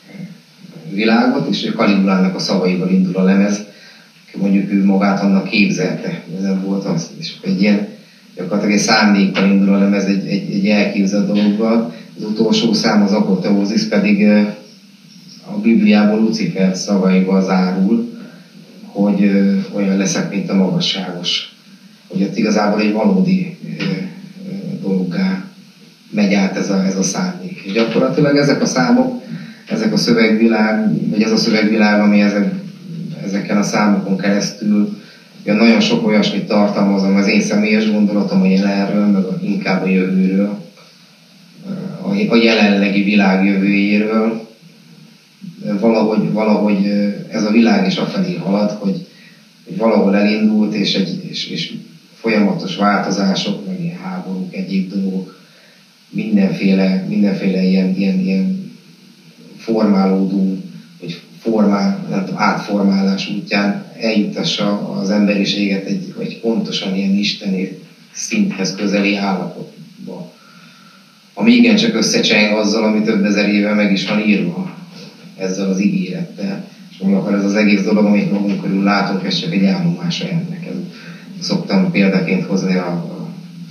[SPEAKER 5] világot, és Kaligulának a szavaival indul a lemez. Mondjuk ő magát annak képzelte, ez nem volt az. És egy ilyen, gyakorlatilag egy szándékkal indul a lemez egy, egy, egy elképzelt dologgal. Az utolsó szám, az Apoteózis pedig a Bibliából Lucifer szavaival zárul, hogy olyan leszek, mint a magasságos. Hogy ott igazából egy valódi dologgá megy át ez a, ez a szándék. És gyakorlatilag ezek a számok, ezek a szövegvilág, vagy ez a szövegvilág, ami ezek, ezeken a számokon keresztül nagyon sok olyasmit tartalmazom, az én személyes gondolatom a jelenről, meg a, inkább a jövőről, a jelenlegi világ jövőjéről. Valahogy, valahogy ez a világ is afelé halad, hogy, hogy valahol elindult, és, egy, és, és folyamatos változások, meg ilyen háborúk, egyéb dolgok, mindenféle, mindenféle ilyen, ilyen, ilyen formálódó, vagy formál, nem tudom, átformálás útján eljutassa az emberiséget egy, egy pontosan ilyen isteni szinthez közeli állapotba. Ami igencsak összecseng azzal, ami több ezer éve meg is van írva, ezzel az ígérettel. És mondjuk ez az egész dolog, amit magunk körül látunk, ez csak egy állomása ennek. Szoktam példaként hozni a, a,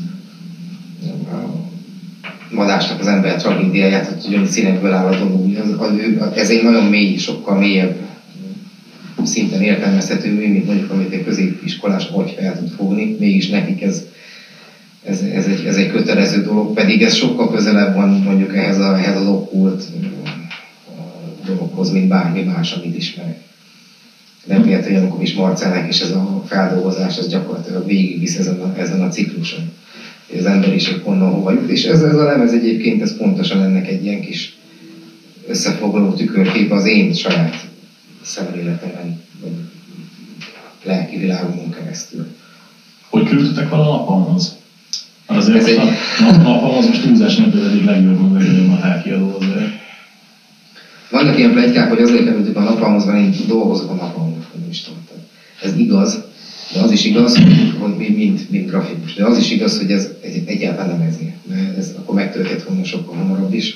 [SPEAKER 5] a Madásnak az ember tragédiáját, hogy ugyanúgy színekből áll a dolog. Ez egy nagyon mély, sokkal mélyebb szinten értelmezhető mű, mint mondjuk, amit egy középiskolás hogy fel tud fogni. Mégis nekik ez, ez, ez, egy, ez egy kötelező dolog, pedig ez sokkal közelebb van mondjuk ehhez, a, ehhez az okkult dologhoz, mint bármi más, amit ismerek. Nem például Jankovics is Marcelnek is ez a feldolgozás, ez gyakorlatilag végigvisz ezen a, ezen a cikluson. Az emberiség honnan hova jut, és ez, ez a lemez egyébként, ez pontosan ennek egy ilyen kis összefoglaló tükörkép az én saját szemléletemen, vagy lelki világomon keresztül.
[SPEAKER 6] Hogy küldtetek vele a napalmaz? Azért
[SPEAKER 5] ez egy...
[SPEAKER 6] a napalmaz most túlzás nem pedig legjobb, legjobb a hálkiadó azért.
[SPEAKER 5] Vannak ilyen pletykák, hogy azért kerültük a napalmazban, én dolgozok a napalmon, nem is tudom. Ez igaz, de az is igaz, hogy, hogy mi mint, mint grafikus. De az is igaz, hogy ez egy, egyáltalán nem ezért. Mert ez akkor megtörtént volna sokkal hamarabb is.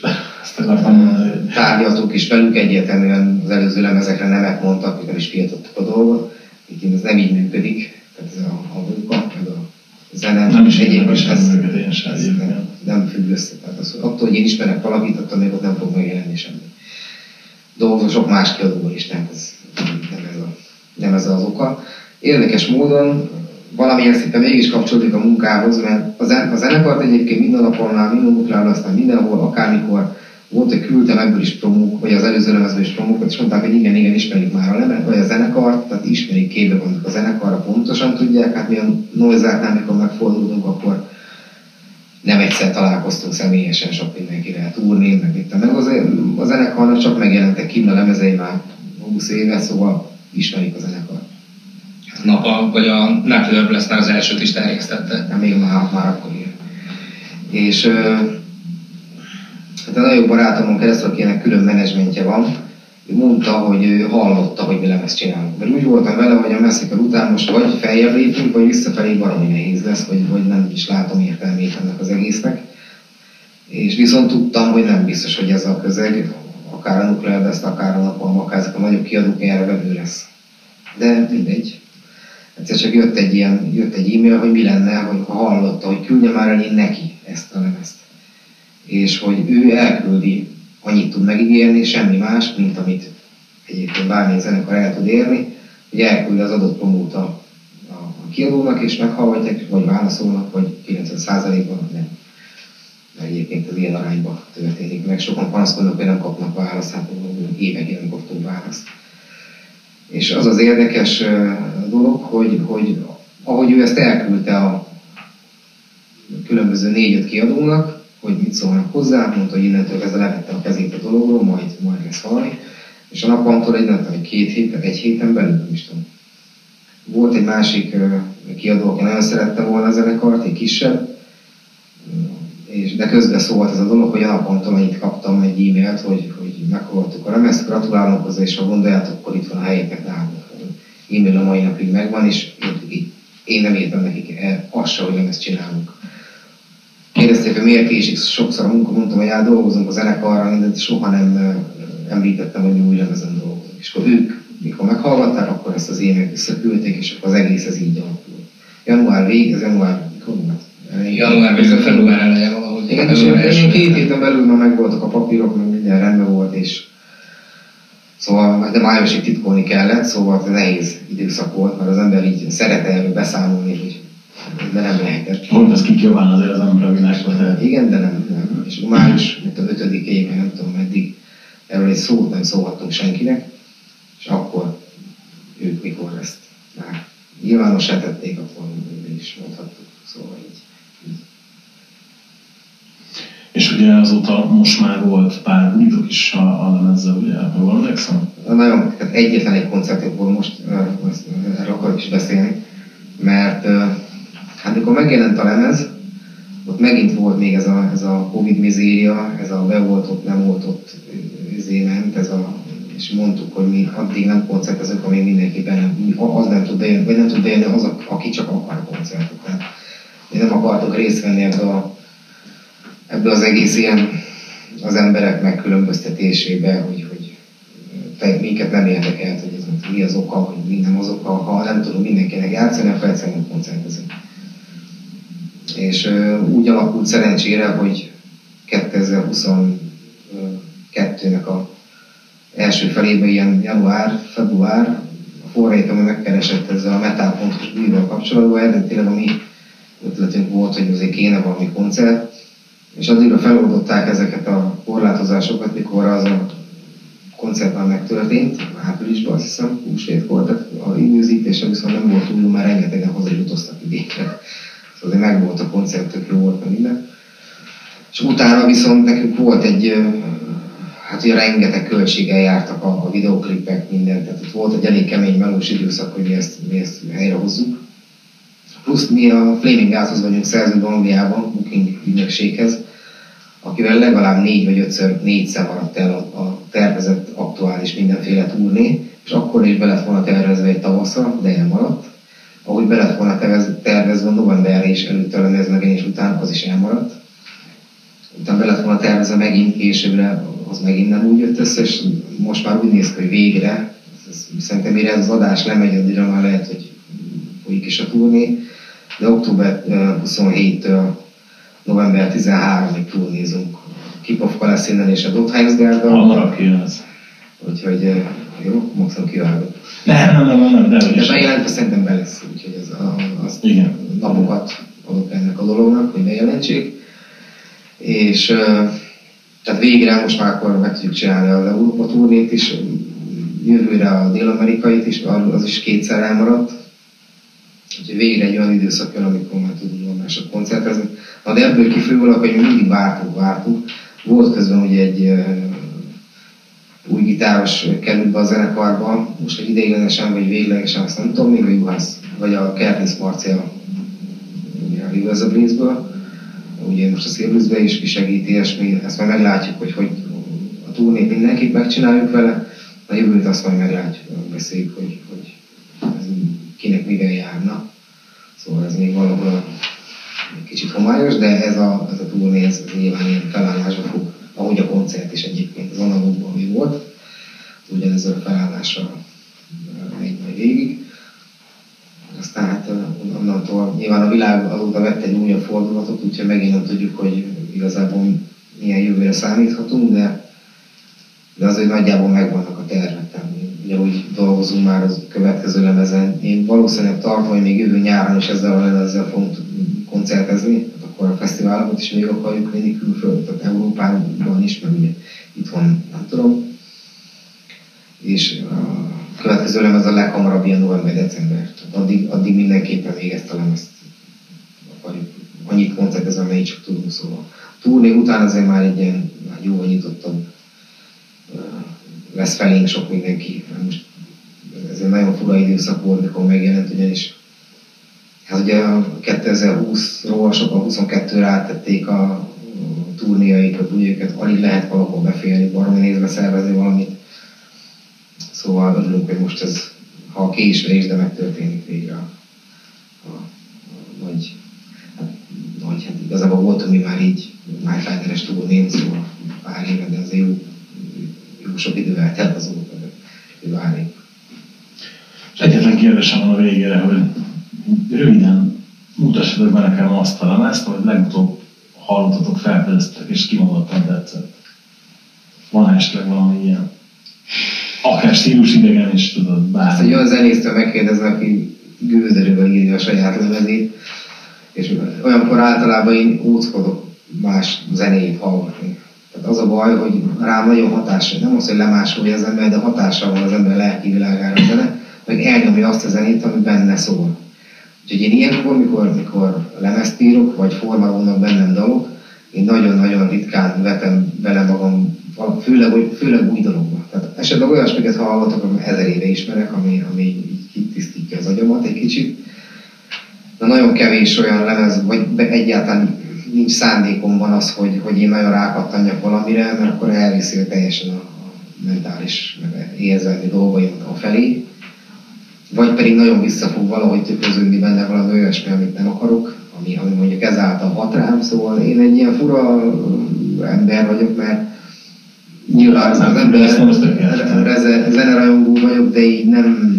[SPEAKER 5] Tárgyaltuk is velük, egyértelműen az előző lemezekre nemet mondtak, hogy nem is fiatottuk a dolgot. Így ez nem így működik. Tehát ez a, a munka, meg a zene.
[SPEAKER 6] Nem is
[SPEAKER 5] egyébként
[SPEAKER 6] ez,
[SPEAKER 5] ez,
[SPEAKER 6] ez
[SPEAKER 5] nem, nem függ össze. Tehát az, attól, hogy én ismerek valakit, attól még ott nem fog megjelenni semmi. Dolgozom sok más kiadóval is, tehát ez nem ez, a, nem ez az oka. Érdekes módon valamilyen szinten mégis kapcsolódik a munkához, mert a zenekart egyébként minden napolnál, minden munklára, aztán mindenhol, akármikor volt, hogy küldtem ebből is promók, vagy az előző lemezből is promókat, és mondták, hogy igen, igen, ismerik már a lemez, vagy a zenekart, tehát ismerik, képbe vannak a zenekarra, pontosan tudják, hát mi a Noise-nál, mikor megfordultunk, akkor nem egyszer találkoztunk személyesen sok mindenkivel, túrnén, meg itt. Meg az, a zenekarnak csak megjelentek kint a lemezei már húsz éve, szóval ismerik a zenekart.
[SPEAKER 3] Napa, vagy a Nuclear Blast-nál az elsőt is terjesztette.
[SPEAKER 5] Nem, még már, már akkor ilyen. És hát a nagyobb barátomon keresztül, akinek külön menedzsmentje van, ő mondta, hogy ő hallotta, hogy mi lemezt csinálunk. Mert úgy voltam vele, hogy a Massacre után most vagy feljebb lépünk, vagy visszafelé baromi nehéz lesz, vagy, vagy nem is látom értelmét ennek az egésznek. És viszont tudtam, hogy nem biztos, hogy ez a közeg, akár a Nuclear Blast, akár a Napalm, akár ezek a nagyobb kiadók erre vevő lesz. De mindegy. Egyszer csak jött egy ilyen, jött egy e-mail, hogy mi lenne, hogy ha hallotta, hogy küldje már el én neki ezt a lemezt. És hogy ő elküldi, annyit tud megígérni, semmi más, mint amit egyébként bármilyen zenekar el tud érni, hogy elküldi az adott promót a, a, a kiadónak, és meghallgatják, vagy válaszolnak, vagy kilencven százalékban nem. Mert egyébként ez ilyen arányban történik. Meg sokan panaszkodnak, hogy nem kapnak választ, hát évekig nem kaptunk választ. És az az érdekes dolog, hogy, hogy ahogy ő ezt elküldte a különböző négy-öt kiadónak, hogy mit szólnak hozzá, mondta, hogy innentől kezdve levette a kezét a dologról, majd, majd lesz valami. És a Napalmtól egy, nem tudom, két héten, egy héten belül, nem is tudom. Volt egy másik kiadó, aki nagyon szerette volna a zenekart, egy kisebb, és, de közben szólt ez a dolog, hogy a Napalmtól annyit kaptam egy e-mailt, hogy, hogy meghallgattuk a lemezt, gratulálok hozzá, és ha gondoljátok, akkor itt van a helyetek nálunk. E-mail a mai napig megvan, és én, én nem értem nekik el, azt se, hogy nem ezt csinálunk. Kérdezték, hogy miért késik sokszor a munka, mondtam, hogy hát dolgozunk a zenekarra, de soha nem említettem, hogy mi új lemezen dolgozunk. És akkor ők, mikor meghallgatták, akkor ezt az e-mailt visszaküldték, és akkor az egész ez így alakult. Január vég, ez január, mikor volt?
[SPEAKER 3] Január végül, február eleje valahogy.
[SPEAKER 5] Igen, és én két héten belül már megvoltak a papírok, meg minden rendben volt, és szóval, de májusig titkolni kellett, szóval ez nehéz időszak volt, mert az ember így szeret erről beszámolni, hogy de nem lehetett.
[SPEAKER 6] Volt ez kikiabán azért az ember a világban.
[SPEAKER 5] Igen, de nem, nem. És május, mint a ötödikéig, nem tudom meddig, erről egy szót nem szólhattunk senkinek, és akkor ők mikor ezt már nyilvánossá tették, akkor mi is mondhattuk, szóval így.
[SPEAKER 6] És ugye azóta most már volt pár bulitok is a, a lemezzel, ugye, jól emlékszem?
[SPEAKER 5] Nagyon, tehát egyetlen egy koncertünk volt most, erről akarok is beszélni, mert hát mikor megjelent a lemez, ott megint volt még ez a, ez a Covid mizéria, ez a beoltott, nem oltott ment, ez a, és mondtuk, hogy mi addig nem koncertezünk, amíg mindenkiben nem, az nem tud bejönni, vagy nem tud bejönni az, aki csak akar koncertet. Tehát mi nem akartok részt venni ebbe, a, ebbe az egész ilyen az emberek megkülönböztetésébe, hogy, hogy minket nem érdekelt, hogy ez mi az oka, hogy mi nem az oka, ha nem tudunk mindenkinek játszani, akkor egyszerűen koncertezünk. És uh, úgy alakult szerencsére, hogy kétezer-huszonkettőnek a első felében, ilyen január, február, a forrét, ami megkeresett ezzel a metal.hu bűvvel kapcsolatban, eredetileg a mi ötletünk volt, hogy azért kéne valami koncert, és addigra feloldották ezeket a korlátozásokat, mikor az a koncert már megtörtént, áprilisban azt hiszem, húsvétkor, tehát a időzítése viszont nem volt túl, már rengetegen hazajutoztak idékre. Szóval azért meg volt a koncert, tök jó volt minden. És utána viszont nekünk volt egy, hát ugye rengeteg költséggel jártak a, a videóklipek, minden, tehát ott volt egy elég kemény melós időszak, hogy mi ezt, mi ezt helyrehozzuk. Plusz mi a Flaming Gászhoz vagyunk szerződve Angliában, booking ügynökséghez, akivel legalább négy vagy ötször négyszer maradt el a, a tervezett aktuális mindenféle turné, és akkor is be lett volna tervezve egy tavaszra, de elmaradt. Ahogy be lett volna tervezve novemberre is előtte a lemezmegjelenés után, az is elmaradt. Utána be lett volna tervezve megint későbbre, az megint nem úgy jött össze, és most már úgy néz ki, hogy végre, szerintem mire ez az adás lemegy, addigra már lehet, hogy folyik is a turné, de október huszonhéttől november tizenharmadikáig turnézunk. Kipofka lesz innen és a Dotheinsgárda.
[SPEAKER 6] Hamarabb kijön ez.
[SPEAKER 5] Úgyhogy jó, maximum kivágott.
[SPEAKER 6] Nem, nem, nem, nem, de
[SPEAKER 5] De bejelentve szerintem be lesz, úgyhogy ez a, az
[SPEAKER 6] igen.
[SPEAKER 5] napokat adok ennek a dolognak, hogy bejelentsék. És tehát végre most már akkor meg tudjuk csinálni az Európa turnét is, jövőre a dél-amerikait is, az is kétszer elmaradt. Úgyhogy végre egy olyan időszak jön, amikor már tudunk normálisan koncertezni. Na de ebből kifolyólag, hogy mi mindig vártuk, vártuk. Volt közben ugye egy uh, új gitáros került be a zenekarba, most egy ideiglenesen vagy véglegesen, azt nem tudom még, a Juhász, vagy a Curtis Marcia, ugye a Rivers of Blues-ből. Ugye most a Szilvizbe is kisegíti, és mi ezt már meglátjuk, hogy, hogy a turnét mindenképp megcsináljuk vele, A jövőt azt majd meglátjuk, beszéljük, hogy, hogy ez kinek mivel járna. Szóval ez még valahol egy kicsit homályos, de ez a, ez a turné, ez nyilván ilyen felállásba fog, ahogy a koncert is egyébként az analógban, ami volt, ugyanez a felállásra megy majd végig. Aztán hát onnantól nyilván a világ azóta vett egy újabb fordulatot, úgyhogy megint nem tudjuk, hogy igazából milyen jövőre számíthatunk, de, de azért nagyjából megvannak a tervek. Ugye úgy dolgozunk már az következő lemezen. Én valószínűleg tartom, hogy még jövő nyáron is ezzel a lemezzel fogunk koncertezni, hát akkor a fesztiválokat is még akarjuk vinni külföldön, tehát Európában is, meg ugye itthon nem tudom. És a következő lemez a leghamarabb ilyen november-december. Addig, addig mindenképpen még ezt a lemezt akarjuk. Annyit koncertezem, amennyit csak tudunk, szóval. A turné után azért már egy ilyen jóval nyitottabb lesz felénk sok mindenki. Most ez egy nagyon fura időszak volt, mikor megjelent, ugyanis hát ugye a kétezer-húszról sokan huszonkettőre áttették a turnéjaikat, úgy őket alig lehet valahol beférni, baromi nézve szervezni valamit. Szóval örülünk, hogy most ez, ha késve is, de megtörténik végre a, a, a nagy, hát, nagy, hát igazából voltunk mi már így Nightlineres turnén, szóval pár éve, de azért jó, jó sok idő eltelt azóta, de várjuk.
[SPEAKER 6] És egyetlen kérdésem van a végére, hogy röviden mutassad meg nekem azt a lemezt, hogy legutóbb hallottatok, felfedeztetek és kimondottan tetszett. Van esetleg valami ilyen? Akár stílus idegen is, tudod, bármi.
[SPEAKER 5] Ezt egy olyan zenésztől megkérdezve, aki gőzerővel írja a saját lemezét, és olyankor általában én óckodok más zenét hallgatni. Tehát az a baj, hogy rám nagyon hatással, nem az, hogy lemásolja az ember, de hatással van az ember lelki világára a zene, meg elnyomja azt a zenét, ami benne szól. Úgyhogy én ilyenkor, mikor, mikor lemezt írok, vagy formálódnak bennem dalok, én nagyon-nagyon ritkán vetem bele magam, főleg, főleg új dologba. Tehát esetleg olyasmiket hallgatok, amit ezer éve ismerek, ami, ami így kitisztítja az agyamat egy kicsit. De nagyon kevés olyan lemez, vagy egyáltalán nincs szándékomban az, hogy, hogy én nagyon rákattanjak valamire, mert akkor elviszi teljesen a, a mentális, meg érzelmi dolgaimat a felé. Vagy pedig nagyon visszafog valahogy tükröződni benne valami olyasmi, amit nem akarok, ami, ami mondjuk ezáltal hat rám, szóval én egy ilyen fura ember vagyok, mert nyilván az, az ember zenerajongó vagyok, de így nem,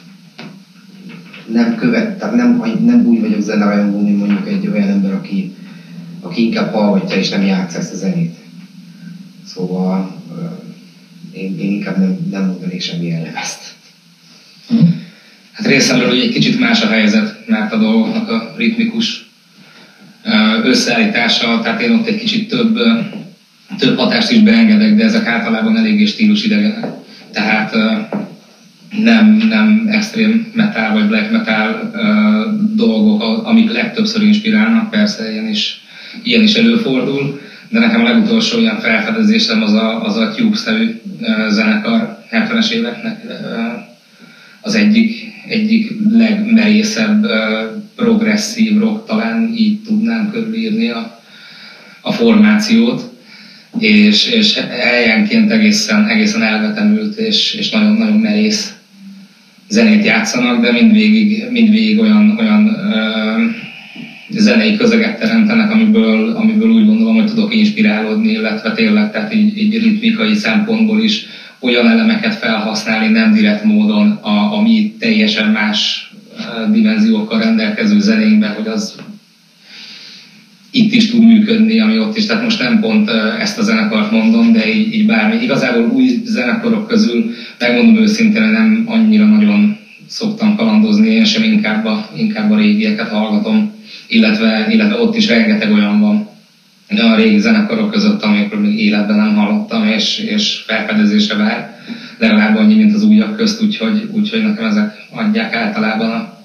[SPEAKER 5] nem követ, tehát nem, nem úgy vagyok zenerajongó, mint mondjuk egy olyan ember, aki, aki inkább hallgatja és nem játsz ezt a zenét. Szóval én, én inkább nem, nem mondanék semmilyen lemezt.
[SPEAKER 3] Hát részemről egy kicsit más a helyzet, mert a dolgoknak a ritmikus összeállítása, tehát én ott egy kicsit több, több hatást is beengedek, de ezek általában eléggé stílusidegenek. Tehát nem, nem extrém metal vagy black metal dolgok, amik legtöbbször inspirálnak, persze ilyen is, ilyen is előfordul, de nekem a legutolsó ilyen felfedezésem az a, az a Tube-szerű zenekar hetvenes éveknek az egyik, egyik legmerészebb uh, progresszív rock, talán így tudnám körülírni a, a formációt, és, és helyenként egészen, egészen elvetemült és, és nagyon-nagyon merész zenét játszanak, de mindvégig, mindvégig olyan, olyan uh, zenei közeget teremtenek, amiből, amiből úgy gondolom, hogy tudok inspirálódni, illetve tényleg, tehát így, így ritmikai szempontból is olyan elemeket felhasználni nem direkt módon a, a mi teljesen más uh, dimenziókkal rendelkező zenénkben, hogy az itt is tud működni, ami ott is. Tehát most nem pont uh, ezt a zenekart mondom, de így, így bármi. Igazából új zenekarok közül megmondom őszintén, hogy nem annyira nagyon szoktam kalandozni, én sem inkább a, inkább a régieket hallgatom, illetve, illetve ott is rengeteg olyan van a régi zenekarok között, amikről még életben nem hallottam, és, és felfedezésre vár, legalább annyi, mint az újak közt, úgyhogy, úgyhogy nekem ezek adják általában a...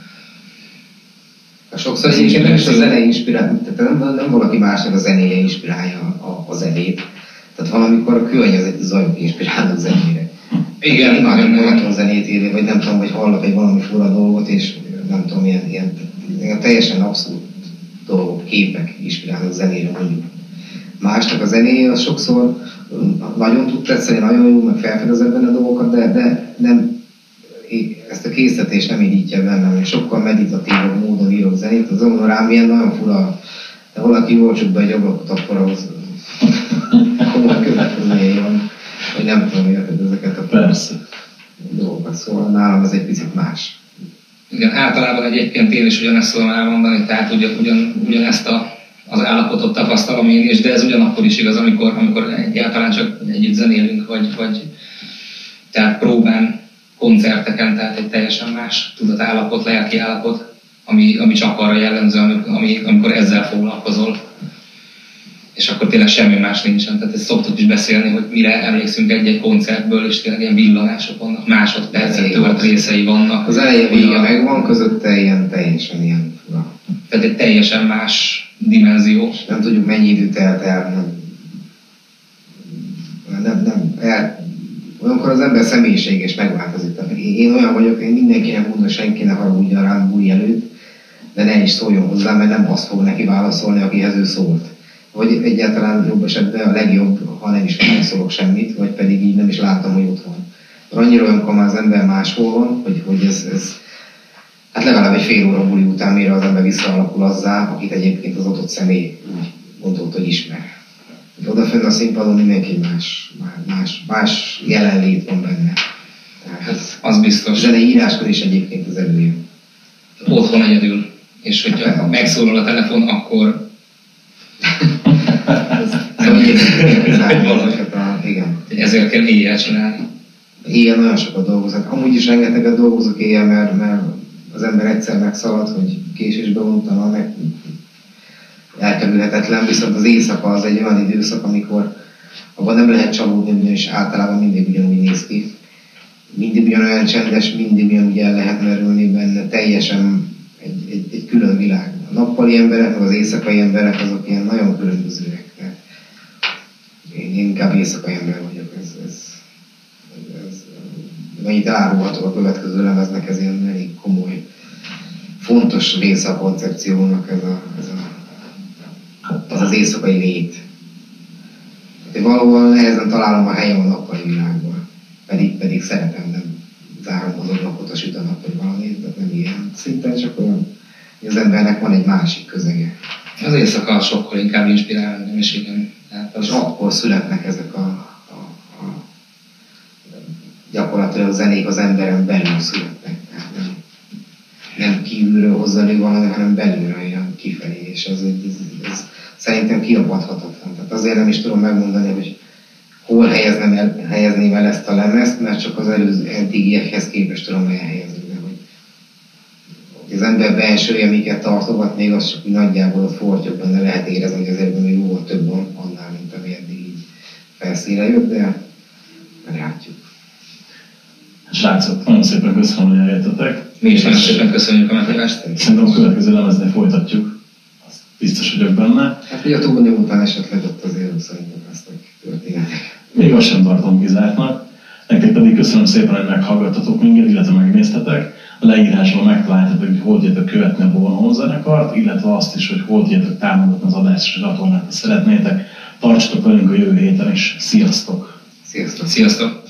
[SPEAKER 5] a sokszor egyébként nem is a zene inspirál, tehát nem, nem valaki másnak a zenéje inspirálja a, a zenét, tehát valamikor a környezeti zajok inspirálnak zenére.
[SPEAKER 3] Igen,
[SPEAKER 5] én már nem zenét írni, vagy nem tudom, hogy hallok egy valami fura dolgot, és nem tudom, ilyen, ilyen, ilyen teljesen abszolút dolgok, képek inspirálnak zenére mondjuk. másnak a zenéje, az sokszor nagyon tud tetszeni, nagyon jó, meg felfedezett benne dolgokat, de, de nem, ezt a készítést nem indítja bennem, és sokkal meditatívabb módon írok zenét. Az mondom rám ilyen nagyon fura, de valaki jól csuk be egy ablakot, akkor ahhoz komoly következményei van, hogy nem tudom érted ezeket a
[SPEAKER 6] Persze.
[SPEAKER 5] dolgokat, szóval nálam ez egy picit más.
[SPEAKER 3] Igen, általában egyébként én is ugyanezt tudom elmondani, tehát ugyan, ugyan, ugyanezt a, az állapotot tapasztalom én is, de ez ugyanakkor is igaz, amikor, amikor egyáltalán csak együtt zenélünk, vagy, vagy tehát próbán, koncerteken, tehát egy teljesen más tudatállapot, lelki állapot, ami, ami csak arra jellemző, ami, amikor ezzel foglalkozol. És akkor tényleg semmi más nincsen. Tehát ezt szoktuk is beszélni, hogy mire emlékszünk egy-egy koncertből, és tényleg ilyen villanások vannak, másodpercek tölt részei vannak.
[SPEAKER 5] Az eleje vége megvan, közötte ilyen teljesen ilyen fura.
[SPEAKER 3] Tehát egy teljesen más dimenzió.
[SPEAKER 5] És nem tudjuk mennyi idő telt el, nem, nem, nem el, olyankor az ember személyiséges megváltozik. Tehát én olyan vagyok, én mindenkinek mondom, senki ne haragudjon rám buli előtt, de ne is szóljon hozzá, mert nem azt fog neki válaszolni, akihez ő szólt. Vagy egyáltalán jobb esetben a legjobb, ha nem is nem szólok semmit, vagy pedig így nem is látom, hogy ott van. Annyira olyankor már az ember máshol van, hogy, hogy ez, ez hát legalább egy fél óra buli után, mire az ember visszaalakul azzá, akit egyébként az adott személy úgy gondolt, hogy ismer. Odafönn a színpadon mindenki más, más, más jelenlét van benne.
[SPEAKER 3] Hát az biztos.
[SPEAKER 5] A zenei íráskor is egyébként az előjön.
[SPEAKER 3] Otthon egyedül. És hogyha megszólal a telefon, akkor...
[SPEAKER 5] Igen.
[SPEAKER 3] Ezért kell éjjel csinálni.
[SPEAKER 5] Éjjel nagyon sokat dolgozok. Amúgy is rengeteget dolgozok éjjel, mert, mert az ember egyszer megszalad, hogy késésbe vontam, meg elkerülhetetlen, viszont az éjszaka az egy olyan időszak, amikor abban nem lehet csalódni, ugyanis általában mindig ugyanúgy néz ki. Mindig ugyanolyan csendes, mindig ugyanúgy el lehet merülni benne, teljesen egy, egy, egy külön világ. A nappali emberek, az éjszakai emberek azok ilyen nagyon különbözőek. Én inkább éjszakai ember vagyok, ez, ez, ez, ez mennyit árulhatok a következő lemeznek, ez ilyen elég komoly, fontos része a koncepciónak, ez, a, ez, a, ez az éjszakai lét. Hát, valahol nehezen találom a helyem a nappali világban, pedig, pedig szeretem, nem zárom az ablakot, a süt a nap, vagy valami, de nem ilyen szinten, csak olyan, hogy az embernek van egy másik közege.
[SPEAKER 3] Az éjszaka sokkal inkább inspirál engem, és igen.
[SPEAKER 5] Hát az... És akkor születnek ezek a, a, a gyakorlatilag a zenék az emberen belül születnek. Nem, nem kívülről hozza elő valami, hanem belülről jön kifelé, és ez, ez, ez szerintem kiapadhatatlan. Tehát azért nem is tudom megmondani, hogy hol helyezném el, helyezném el ezt a lemezt, mert csak az előző eddigiekhez képest tudom elhelyezni. Az ember belsője, miket tartogat, még az csak úgy nagyjából ott fortyog benne, lehet érezni, hogy azért még jóval több van annál, mint ami eddig így felszínre jött, de meglátjuk.
[SPEAKER 6] Srácok, nagyon szépen köszönöm, hogy eljöttetek.
[SPEAKER 3] Mi is nagyon szépen köszönjük a meghívást.
[SPEAKER 6] Szerintem a következő lemeznél folytatjuk, azt biztos vagyok benne.
[SPEAKER 5] Hát ugye a túlni után esetleg ott azért szerintem lesznek történetek.
[SPEAKER 6] Még azt sem tartom kizártnak. Nektek pedig köszönöm szépen, hogy meghallgattatok minket, illetve megnéztetek. A leírásban megtaláltatok, hogy hol tudjátok követni a Bornholm zenekart, illetve azt is, hogy hol tudjátok támogatni az adást és a csatornát, ha szeretnétek. Tartsatok velünk a jövő héten is. Sziasztok!
[SPEAKER 5] Sziasztok!
[SPEAKER 3] Sziasztok!